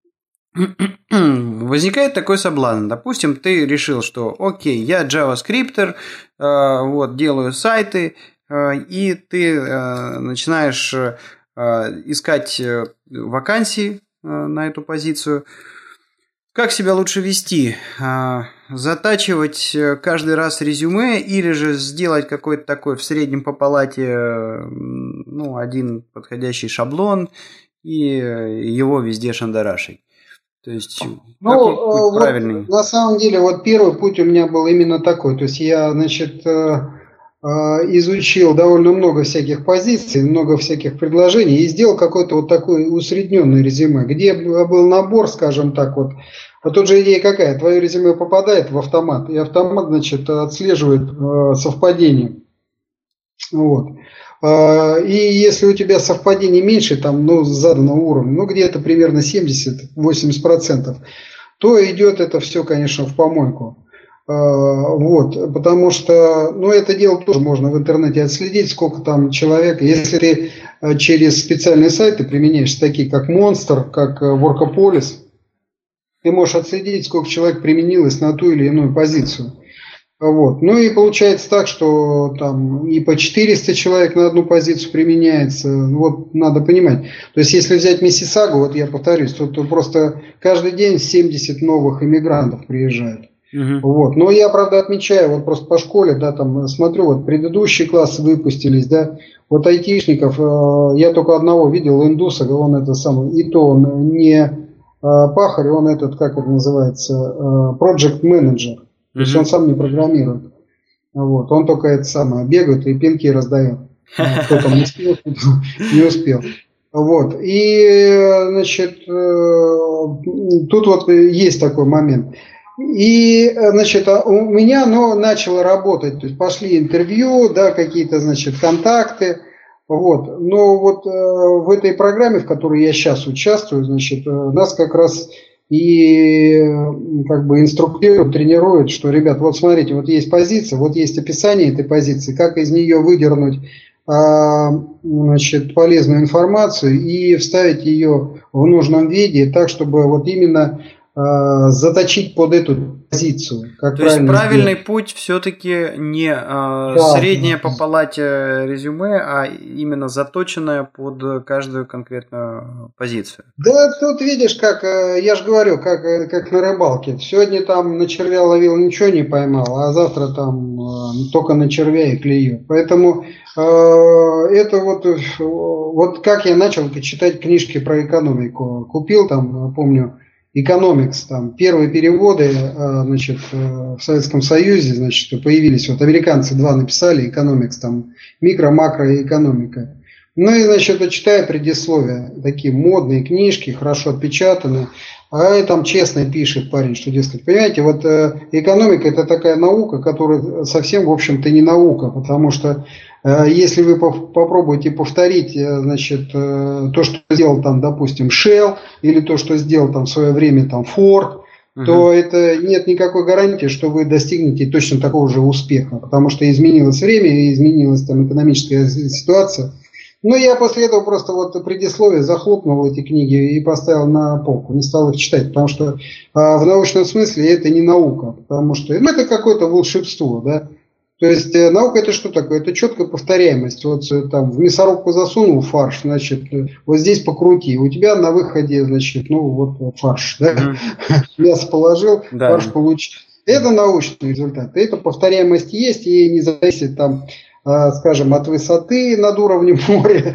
возникает такой соблазн. Допустим, ты решил, что окей, я JavaScripter, э, вот, делаю сайты, э, и ты э, начинаешь э, искать вакансии э, на эту позицию. Как себя лучше вести? Э, затачивать каждый раз резюме или же сделать какой-то такой в среднем по палате, ну, один подходящий шаблон и его везде шандарашить. То есть, ну, какой путь вот правильный? На самом деле, вот первый путь у меня был именно такой. То есть я, значит, изучил довольно много всяких позиций, много всяких предложений и сделал какой-то вот такой усредненный резюме, где был набор, скажем так, вот. А тут же идея какая? Твое резюме попадает в автомат, и автомат, значит, отслеживает э, совпадение. Вот. Э, и если у тебя совпадение меньше, там, ну, заданного уровня, ну, где-то примерно семьдесят-восемьдесят процентов, то идет это все, конечно, в помойку. Вот, потому что, ну, это дело тоже можно в интернете отследить, сколько там человек, если ты через специальные сайты применяешь, такие как Monster, как Workopolis, ты можешь отследить, сколько человек применилось на ту или иную позицию. Вот. Ну и получается так, что там и по четыреста человек на одну позицию применяется. Вот надо понимать. То есть если взять Миссисагу, вот я повторюсь, то, то просто каждый день семьдесят новых иммигрантов приезжает. Uh-huh. Вот. Но я, правда, отмечаю, вот просто по школе, да, там смотрю, вот предыдущие классы выпустились, да, вот айтишников, э, я только одного видел, индуса, он это самый, и то он не э, пахарь, он этот, как это называется, э, project manager, uh-huh. То есть он сам не программирует, вот, он только это самое, бегает и пинки раздает, кто там успел, не успел. Вот, и, значит, тут вот есть такой момент. И, значит, у меня оно начало работать, то есть пошли интервью, да, какие-то, значит, контакты, вот. Но вот э, в этой программе, в которой я сейчас участвую, значит, э, нас как раз и как бы инструктируют, тренируют, что, ребят, вот смотрите, вот есть позиция, вот есть описание этой позиции, как из нее выдернуть, э, значит, полезную информацию и вставить ее в нужном виде, так, чтобы вот именно заточить под эту позицию. Как То есть правильный сделать. Путь все-таки не э, да, среднее да. по палате резюме, а именно заточенное под каждую конкретную позицию. Да, тут видишь, как я же говорю, как, как на рыбалке. Сегодня там на червя ловил, ничего не поймал, а завтра там э, только на червя и клею. Поэтому э, это вот, вот как я начал читать книжки про экономику. Купил там, помню, Economics, там первые переводы, значит, в Советском Союзе, значит, появились, вот американцы два написали, Economics, там микро, макро экономика. Ну и, значит, читаю предисловия, такие модные книжки, хорошо отпечатанные, а там честно пишет парень, что, дескать, понимаете, вот экономика это такая наука, которая совсем, в общем-то, не наука, потому что если вы попробуете повторить, значит, то, что сделал там, допустим, Shell, или то, что сделал там в свое время там Ford, uh-huh. то это нет никакой гарантии, что вы достигнете точно такого же успеха, потому что изменилось время, изменилась там экономическая ситуация. Ну, я после этого просто вот предисловие захлопнул эти книги и поставил на полку, не стал их читать, потому что а, в научном смысле это не наука, потому что ну, это какое-то волшебство, да. То есть э, наука это что такое? Это четкая повторяемость. Вот там в мясорубку засунул фарш, значит, вот здесь покрути. У тебя на выходе, значит, ну вот фарш, да? Mm-hmm. Мясо положил, да. Фарш получил. Это научный результат. Это повторяемость есть и не зависит там, э, скажем, от высоты над уровнем моря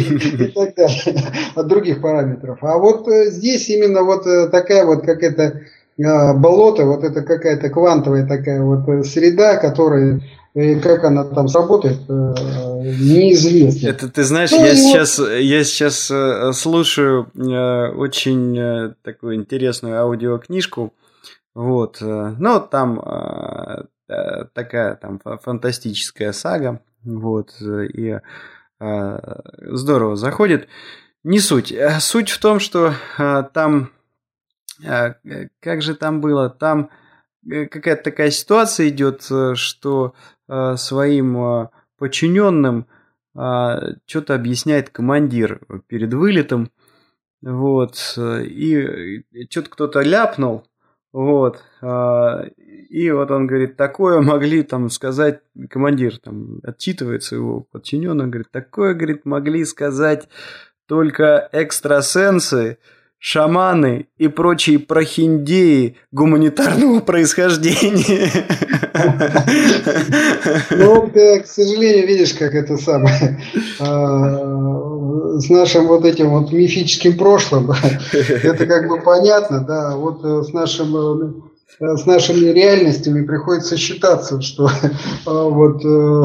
и так далее, от других параметров. А вот здесь именно вот такая вот как это болото, вот это какая-то квантовая такая вот среда, которая, как она там сработает, неизвестно. Это ты знаешь, ну, я, сейчас, вот... я сейчас слушаю очень такую интересную аудиокнижку, вот, ну, там такая там фантастическая сага, вот, и здорово заходит. Не суть. Суть в том, что там как же там было? Там какая-то такая ситуация идет, что своим подчиненным что-то объясняет командир перед вылетом, вот, и что-то кто-то ляпнул, вот, и вот он говорит, такое могли там сказать, командир там отчитывается его подчиненного, говорит, такое, говорит, могли сказать только экстрасенсы, шаманы и прочие прохиндеи гуманитарного происхождения. Ну, ты, к сожалению, видишь, как это самое, с нашим вот этим вот мифическим прошлым, это как бы понятно, да, вот с нашим, с нашими реальностями приходится считаться, что вот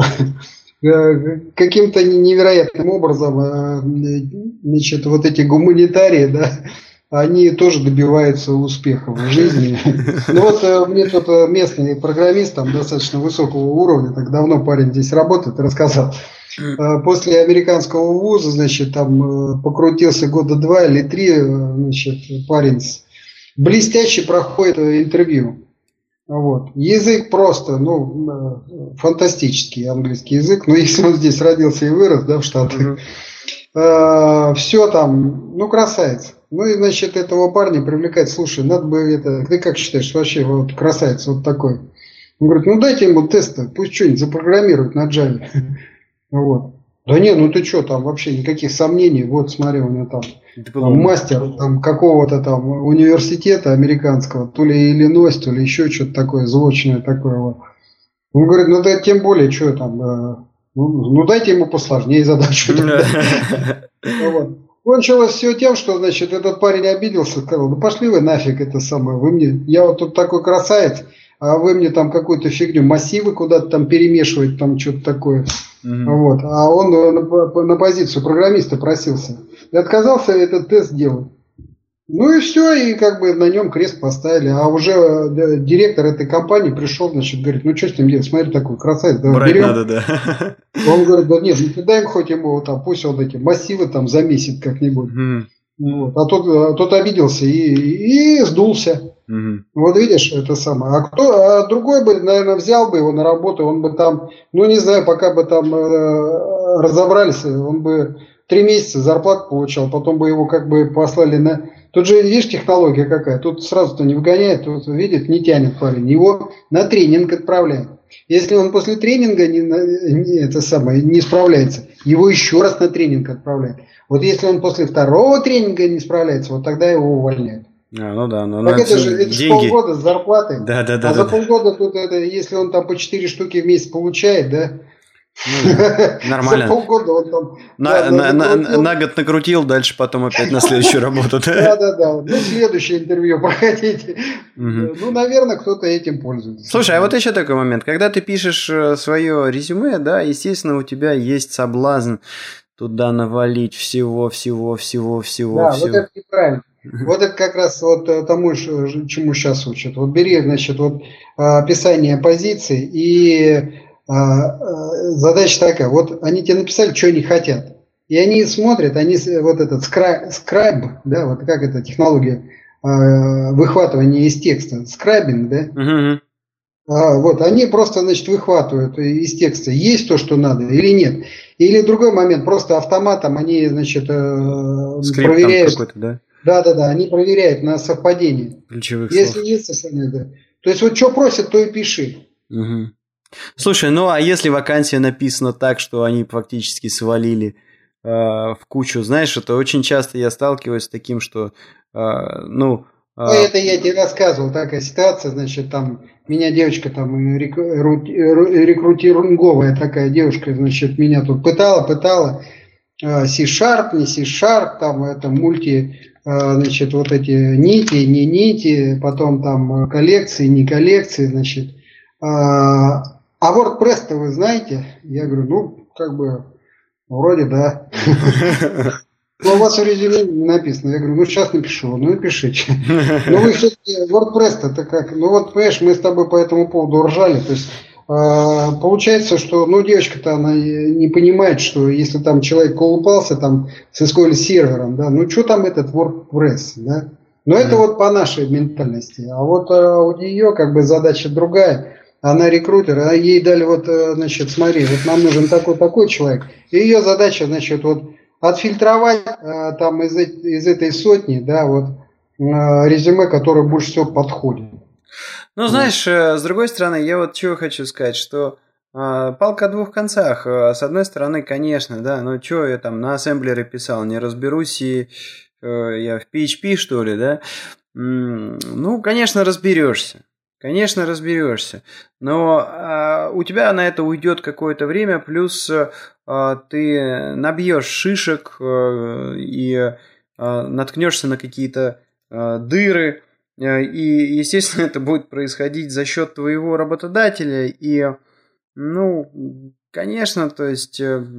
каким-то невероятным образом, значит, вот эти гуманитарии, да, они тоже добиваются успеха в жизни. Ну вот мне тут местный программист, там достаточно высокого уровня, так давно парень здесь работает, рассказал. После американского вуза, значит, там покрутился года два или три, значит, парень блестяще проходит интервью. Вот. Язык просто, ну, фантастический английский язык, но если он здесь родился и вырос, да, в Штатах, mm-hmm. э, все там, ну, красавец. Ну, и, значит, этого парня привлекает, слушай, надо бы это, ты как считаешь, вообще вот красавец вот такой? Он говорит, ну, дайте ему тесты, пусть что-нибудь запрограммирует на Java. Вот. Да не, ну ты что, там вообще никаких сомнений, вот смотри, у него там, там мастер там, какого-то там университета американского, то ли Иллинойс, то ли еще что-то такое, звучное такое. Вот. Он говорит, ну да тем более, что там, э, ну, ну дайте ему посложнее задачу. Кончилось все тем, что, значит, этот парень обиделся, сказал, ну пошли вы нафиг это самое, вы мне, я вот тут такой красавец, а вы мне там какую-то фигню, массивы куда-то там перемешивать, там что-то такое. Mm-hmm. Вот. А он на, на позицию программиста просился. И отказался этот тест делать. Ну и все, и как бы на нем крест поставили. А уже директор этой компании пришел, значит, говорит, ну что с ним делать, смотри, такой красавец, давай брать берем. Надо, да. Он говорит, да нет, ну дай им хоть ему там, пусть он эти массивы там замесит как-нибудь. Mm-hmm. Вот. А тот, а тот обиделся и, и сдулся. Угу. Вот видишь, это самое. А кто, а другой бы, наверное, взял бы его на работу, он бы там, ну не знаю, пока бы там э, разобрались, он бы три месяца зарплату получал, потом бы его как бы послали на... Тут же, видишь, технология какая, тут сразу-то не выгоняет, тут видит, не тянет парень, его на тренинг отправляют. Если он после тренинга не, не, это самое, не справляется, его еще раз на тренинг отправляют. Вот если он после второго тренинга не справляется, вот тогда его увольняют. А, ну да, но так это же, это же полгода с зарплатой. Да, да, да, а да, за да. полгода тут это, если он там по четыре штуки в месяц получает, да? Ну, да. Нормально. За полгода он там на, да, на, на, на, на год накрутил, дальше потом опять на следующую работу. Да, да, да. Ну, следующее интервью проходите. Ну, наверное, кто-то этим пользуется. Слушай, а вот еще такой момент. Когда ты пишешь свое резюме, да, естественно, у тебя есть соблазн туда навалить всего, всего, всего, всего. Да, вот это неправильно. Вот это как раз вот тому, чему сейчас учат. Вот бери, значит, вот описание позиции, и задача такая. Вот они тебе написали, что они хотят. И они смотрят, они вот этот скрайб, да, вот как эта технология выхватывания из текста, скрайбинг, да, uh-huh. а, вот, они просто, значит, выхватывают из текста, есть то, что надо или нет. Или другой момент, просто автоматом они, значит, скрипт проверяют. Какой-то, да? Да, да, да, они проверяют на совпадение. Ключевых Если слов. есть совпадение, да. То есть вот что просят, то и пиши. Угу. Слушай, ну а если вакансия написана так, что они фактически свалили э, в кучу, знаешь, это очень часто я сталкиваюсь с таким, что, э, ну... Э... Ну, это я тебе рассказывал, такая ситуация, значит, там, меня девочка там рекрутинговая такая девушка, значит, меня тут пытала, пытала, C-Sharp, не C-Sharp, там, это мульти... Значит, вот эти нити, не нити, потом там коллекции, не коллекции, значит. А WordPress-то вы знаете? Я говорю, ну, как бы, вроде да. Но у вас в резюме не написано. Я говорю, ну, сейчас напишу. Ну, напишите. Ну, вы все-таки WordPress-то как? Ну, вот, понимаешь, мы с тобой по этому поводу ржали. То есть, получается, что, ну, девочка-то, она не понимает, что если там человек колупался там с эс ку эль-сервером, да, ну, что там этот WordPress, да? Но mm-hmm. это вот по нашей ментальности. А вот а, у нее, как бы, задача другая. Она рекрутер, а ей дали вот, значит, смотри, вот нам нужен такой-такой человек. И ее задача, значит, вот отфильтровать а, там из, из этой сотни, да, вот а, резюме, которое больше всего подходит. Ну, знаешь, с другой стороны, я вот чего хочу сказать, что э, палка о двух концах. С одной стороны, конечно, да, ну, что я там на ассемблере писал, не разберусь и я в пи эйч пи, что ли, да? Ну, конечно, разберешься. Конечно, разберешься. Но а, у тебя на это уйдет какое-то время, плюс а, ты набьешь шишек а, и а, наткнешься на какие-то а, дыры. А, и, естественно, это будет происходить за счет твоего работодателя. И, ну, конечно, то есть...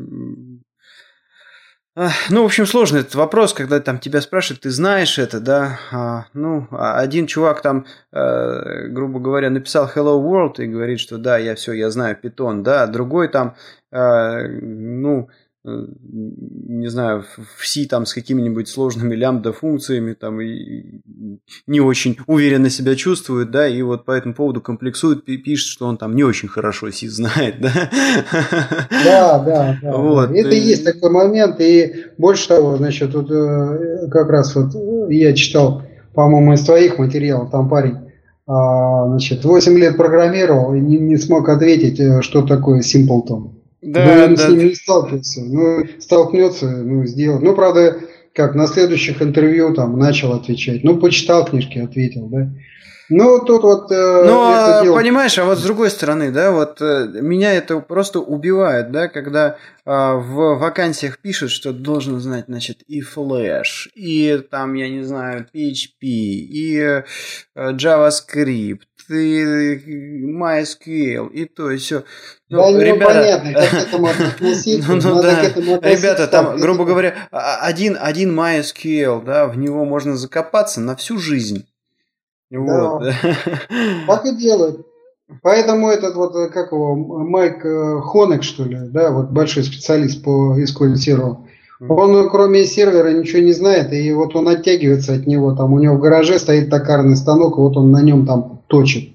Ну, в общем, сложный этот вопрос, когда там тебя спрашивают, ты знаешь это, да? А, ну, один чувак там, э, грубо говоря, написал Hello World и говорит, что да, я все, я знаю Python, да. Другой там, э, ну, э, не знаю, в C там с какими-нибудь сложными лямбда-функциями там и не очень уверенно себя чувствует, да, и вот по этому поводу комплексует, пишет, что он там не очень хорошо C знает, да. Да, да, да. Вот. Да. Это и есть такой момент, и больше того, значит, вот как раз вот я читал, по-моему, из твоих материалов, там парень, значит, восемь лет программировал и не, не смог ответить, что такое Simpleton. Да, ну, да. С ним не сталкивался. Ну, столкнется, ну, сделает. Ну, правда, как на следующих интервью там начал отвечать. Ну, почитал книжки, ответил, да. Ну, тут вот... Э, ну, это дело... понимаешь, а вот с другой стороны, да, вот э, меня это просто убивает, да, когда э, в вакансиях пишут, что должен знать, значит, и Flash, и там, я не знаю, пи эйч пи, и э, JavaScript, и MySQL, и то, и все. Ну, да, ребята... непонятно, как к этому относиться. ну, ну, да. Ребята, там, грубо говоря, один, один MySQL, да, в него можно закопаться на всю жизнь. Вот. Да. Так и делают. Поэтому этот вот, как его, Майк Хонек, что ли, да, вот большой специалист по эс ку эль-серверу, он кроме сервера ничего не знает, и вот он оттягивается от него, там у него в гараже стоит токарный станок, и вот он на нем там точит.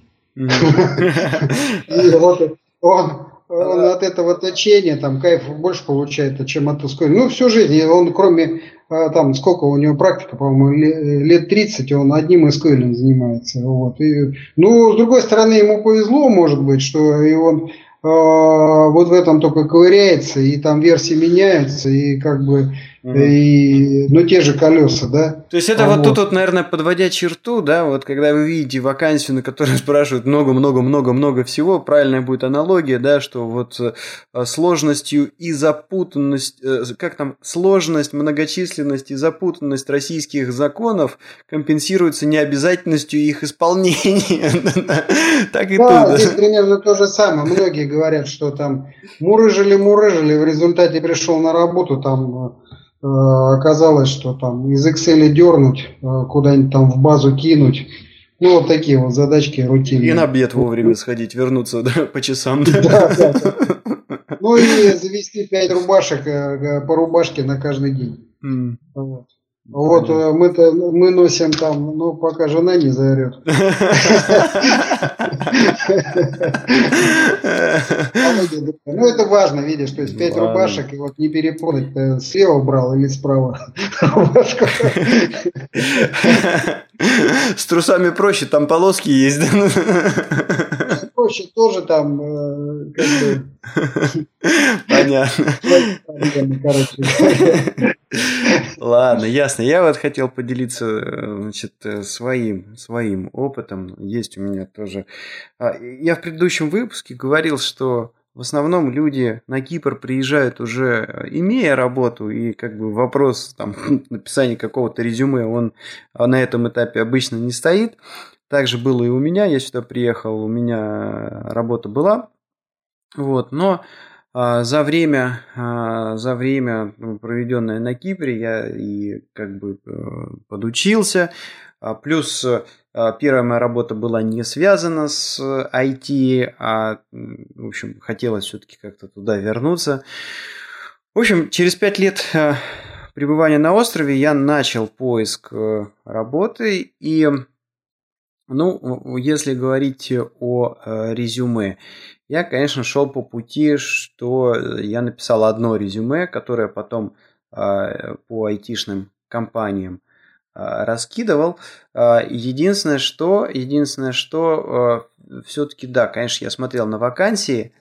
И вот он... Он от этого точения там кайф больше получает, чем от ускорения. Ну, всю жизнь. Он кроме, там, сколько у него практика, по-моему, лет тридцать, он одним эс ку эль занимается. Вот. И, ну, с другой стороны, ему повезло, может быть, что и он э, вот в этом только ковыряется, и там версии меняются, и как бы, угу. и, ну, те же колеса, да. То есть это а вот, вот тут, вот, наверное, подводя черту, да, вот когда вы видите вакансию, на которой спрашивают много-много-много-много всего, правильная будет аналогия, да, что вот сложностью и запутанность, как там, сложность, многочисленность и запутанность российских законов компенсируется необязательностью их исполнения. Так и тут. Да, здесь примерно то же самое. Многие говорят, что там мурыжили-мурыжили, в результате пришел на работу, там оказалось, что там из Excel дернуть, куда-нибудь там в базу кинуть. Ну, вот такие вот задачки рутинные. И на обед вовремя сходить, вернуться, да, по часам. Да, да, да. Ну и завести пять рубашек по рубашке на каждый день. Mm. Вот, вот мы-то мы носим там, ну, пока жена не заорет. Ну, это важно, видишь, то есть пять рубашек, и вот не перепутать, слева брал или справа рубашку. С трусами проще, там полоски есть. Проще тоже там, как бы... Понятно. Ладно, ясно. Я вот хотел поделиться, значит, своим, своим опытом. Есть у меня тоже. Я в предыдущем выпуске говорил, что в основном люди на Кипр приезжают уже имея работу, и как бы вопрос там, написания какого-то резюме, он на этом этапе обычно не стоит. Так же было и у меня. Я сюда приехал, у меня работа была. Вот, но а, за время, а, за время, проведенное на Кипре, я и как бы подучился. А, плюс а, первая моя работа была не связана с ай ти, а, в общем, хотелось все-таки как-то туда вернуться. В общем, через пять лет а, пребывания на острове я начал поиск а, работы. И, ну, если говорить о а, резюме, я, конечно, шел по пути, что я написал одно резюме, которое потом э, по айтишным компаниям э, раскидывал. Э, единственное, что, единственное, что э, все-таки, да, конечно, я смотрел на вакансии,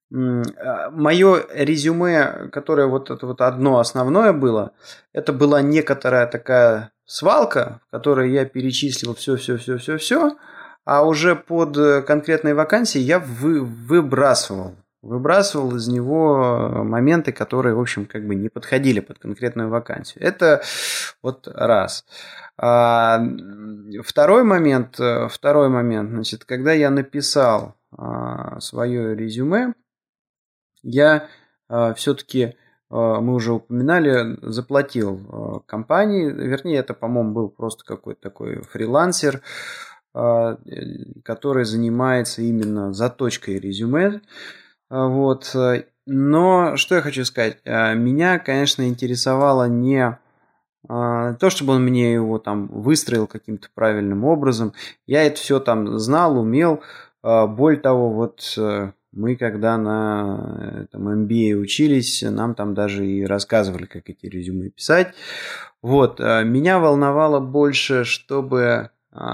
мое резюме, которое вот это вот одно основное было, это была некоторая такая свалка, в которой я перечислил все-все-все-все-все, а уже под конкретные вакансии я вы, выбрасывал. Выбрасывал из него моменты, которые, в общем, как бы не подходили под конкретную вакансию. Это вот раз. А второй момент, второй момент, значит, когда я написал а, свое резюме, я а, все-таки, а, мы уже упоминали, заплатил а, компании, вернее, это, по-моему, был просто какой-то такой фрилансер, который занимается именно заточкой резюме. Вот. Но что я хочу сказать, меня, конечно, интересовало не то, чтобы он мне его там выстроил каким-то правильным образом. Я это все там знал, умел. Более того, вот мы когда на там, эм би эй учились, нам там даже и рассказывали, как эти резюме писать. Вот. Меня волновало больше, чтобы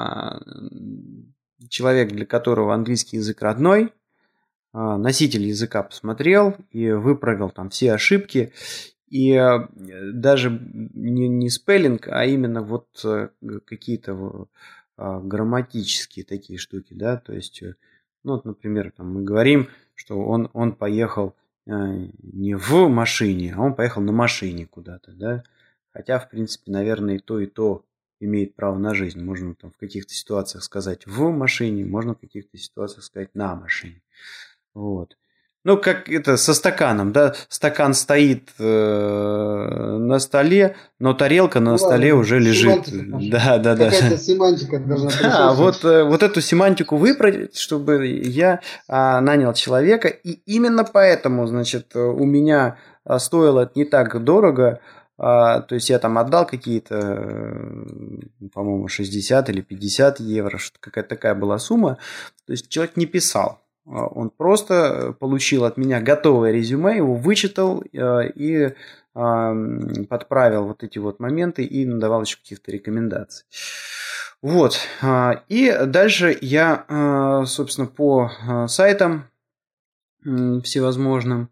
человек, для которого английский язык родной, носитель языка посмотрел и выправил там все ошибки. И даже не, не спеллинг, а именно вот какие-то грамматические такие штуки, да, то есть, ну, вот, например, там мы говорим, что он, он поехал не в машине, а он поехал на машине куда-то, да, хотя, в принципе, наверное, и то, и то имеет право на жизнь. Можно там в каких-то ситуациях сказать в машине, можно в каких-то ситуациях сказать на машине. Вот. Ну, как это со стаканом, да, стакан стоит э, на столе, но тарелка на ну, столе ладно, уже лежит. Да, да, да. Какая-то семантика должна присутствовать. Да, вот, вот эту семантику выправить, чтобы я а, нанял человека, и именно поэтому, значит, у меня стоило это не так дорого. А, то есть я там отдал какие-то, по-моему, шестьдесят или пятьдесят евро, что какая-то такая была сумма. То есть человек не писал. Он просто получил от меня готовое резюме, его вычитал и подправил вот эти вот моменты и надавал еще каких-то рекомендаций. Вот. И дальше я, собственно, по сайтам всевозможным,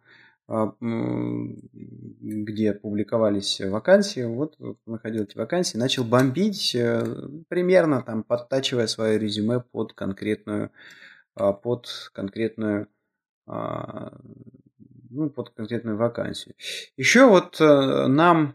где публиковались вакансии, вот находил эти вакансии, начал бомбить, примерно там подтачивая свое резюме под конкретную под конкретную ну, под конкретную вакансию. Еще вот нам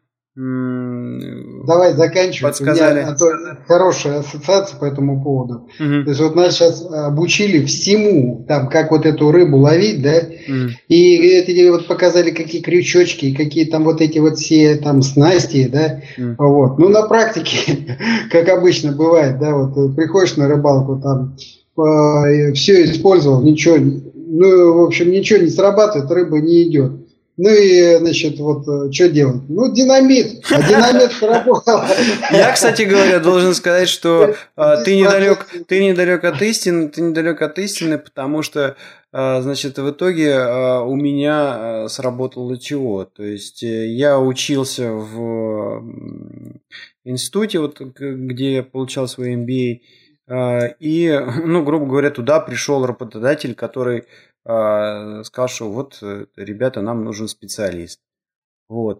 Давай заканчивай. Подсказали. У меня хорошая ассоциация по этому поводу. Угу. То есть вот нас сейчас обучили всему, там, как вот эту рыбу ловить, да, угу. и эти вот показали, какие крючочки, какие там вот эти вот все там снасти, да, угу. Вот. Ну, на практике, как обычно бывает, да, вот приходишь на рыбалку, там, все использовал, ничего, ну, в общем, ничего не срабатывает, рыба не идет. Ну и, значит, вот, что делать? Ну, динамит, а динамит сработал. Я, кстати говоря, должен сказать, что ты недалек, ты недалек от истины, ты недалек от истины, потому что, значит, в итоге у меня сработало чего? То есть я учился в институте, вот, где я получал свой эм би эй, и, ну, грубо говоря, туда пришел работодатель, который сказал, что вот, ребята, нам нужен специалист. Вот.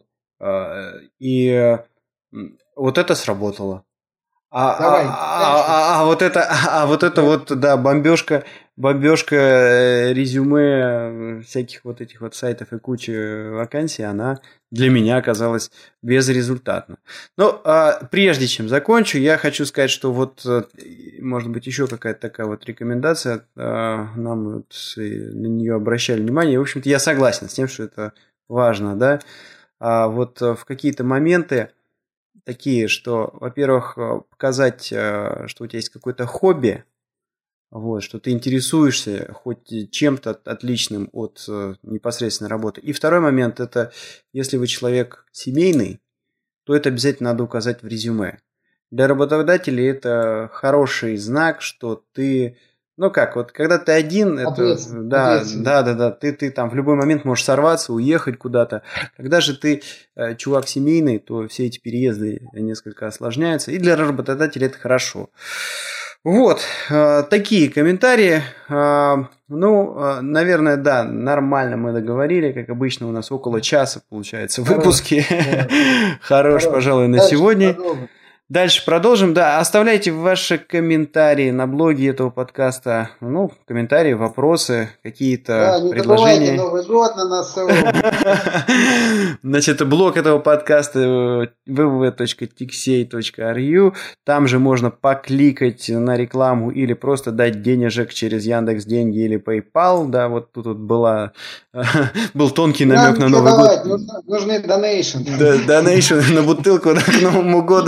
И вот это сработало. А, Давай, а, а, а вот это, а вот это вот, да, бомбежка, бомбежка резюме всяких вот этих вот сайтов и кучи вакансий, она для меня оказалась безрезультатна. Но а, прежде чем закончу, я хочу сказать, что вот, может быть, еще какая-то такая вот рекомендация, а, нам вот на нее обращали внимание. В общем-то, я согласен с тем, что это важно, да. А вот в какие-то моменты такие, что, во-первых, показать, что у тебя есть какое-то хобби, вот, что ты интересуешься хоть чем-то отличным от непосредственной работы. И второй момент, это если вы человек семейный, то это обязательно надо указать в резюме. Для работодателей это хороший знак, что ты... Ну как, вот когда ты один, это, да, да, да, да, ты, ты там в любой момент можешь сорваться, уехать куда-то. Когда же ты э, чувак семейный, то все эти переезды несколько осложняются, и для работодателя это хорошо. Вот, э, такие комментарии. Э, ну, э, наверное, да, нормально мы договорили. Как обычно, у нас около часа получается выпуски. Хорош, пожалуй, на сегодня. Дальше продолжим. Да, оставляйте ваши комментарии на блоге этого подкаста. Ну, комментарии, вопросы, какие-то да, не предложения. Не Новый год на носу. Значит, блог этого подкаста дабл ю дабл ю дабл ю точка тиксей точка ар ю. Там же можно покликать на рекламу или просто дать денежек через Яндекс.Деньги или PayPal. Да, вот тут вот была, был тонкий намек на Новый давать, год. Нужны, нужны донейшн. Да, донейшн на бутылку да, к Новому году.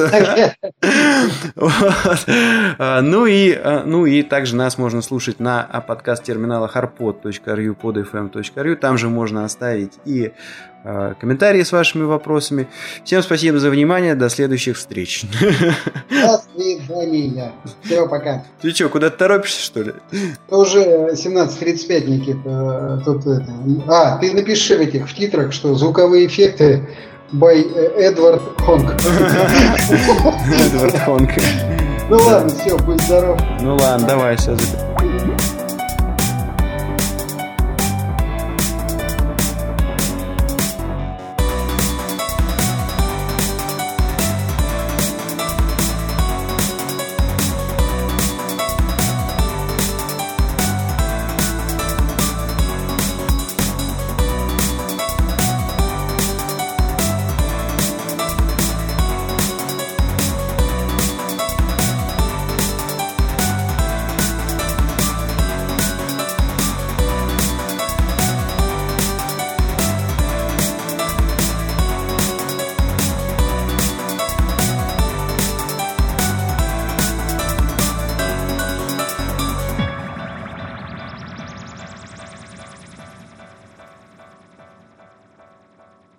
Вот. Ну, и, ну и также нас можно слушать на подкаст-терминалах арпод точка ар ю, подфм точка ар ю. Там же можно оставить и э, комментарии с вашими вопросами. Всем спасибо за внимание. До следующих встреч. До свидания. Все, пока. Ты что, куда-то торопишься, что ли? Уже семнадцать тридцать пять, Никита. Тут это... А, ты напиши в этих в титрах, что звуковые эффекты by Эдвард Хонг. Эдвард Хонг. Ну ладно, все, будь здоров. Ну ладно, давай, все.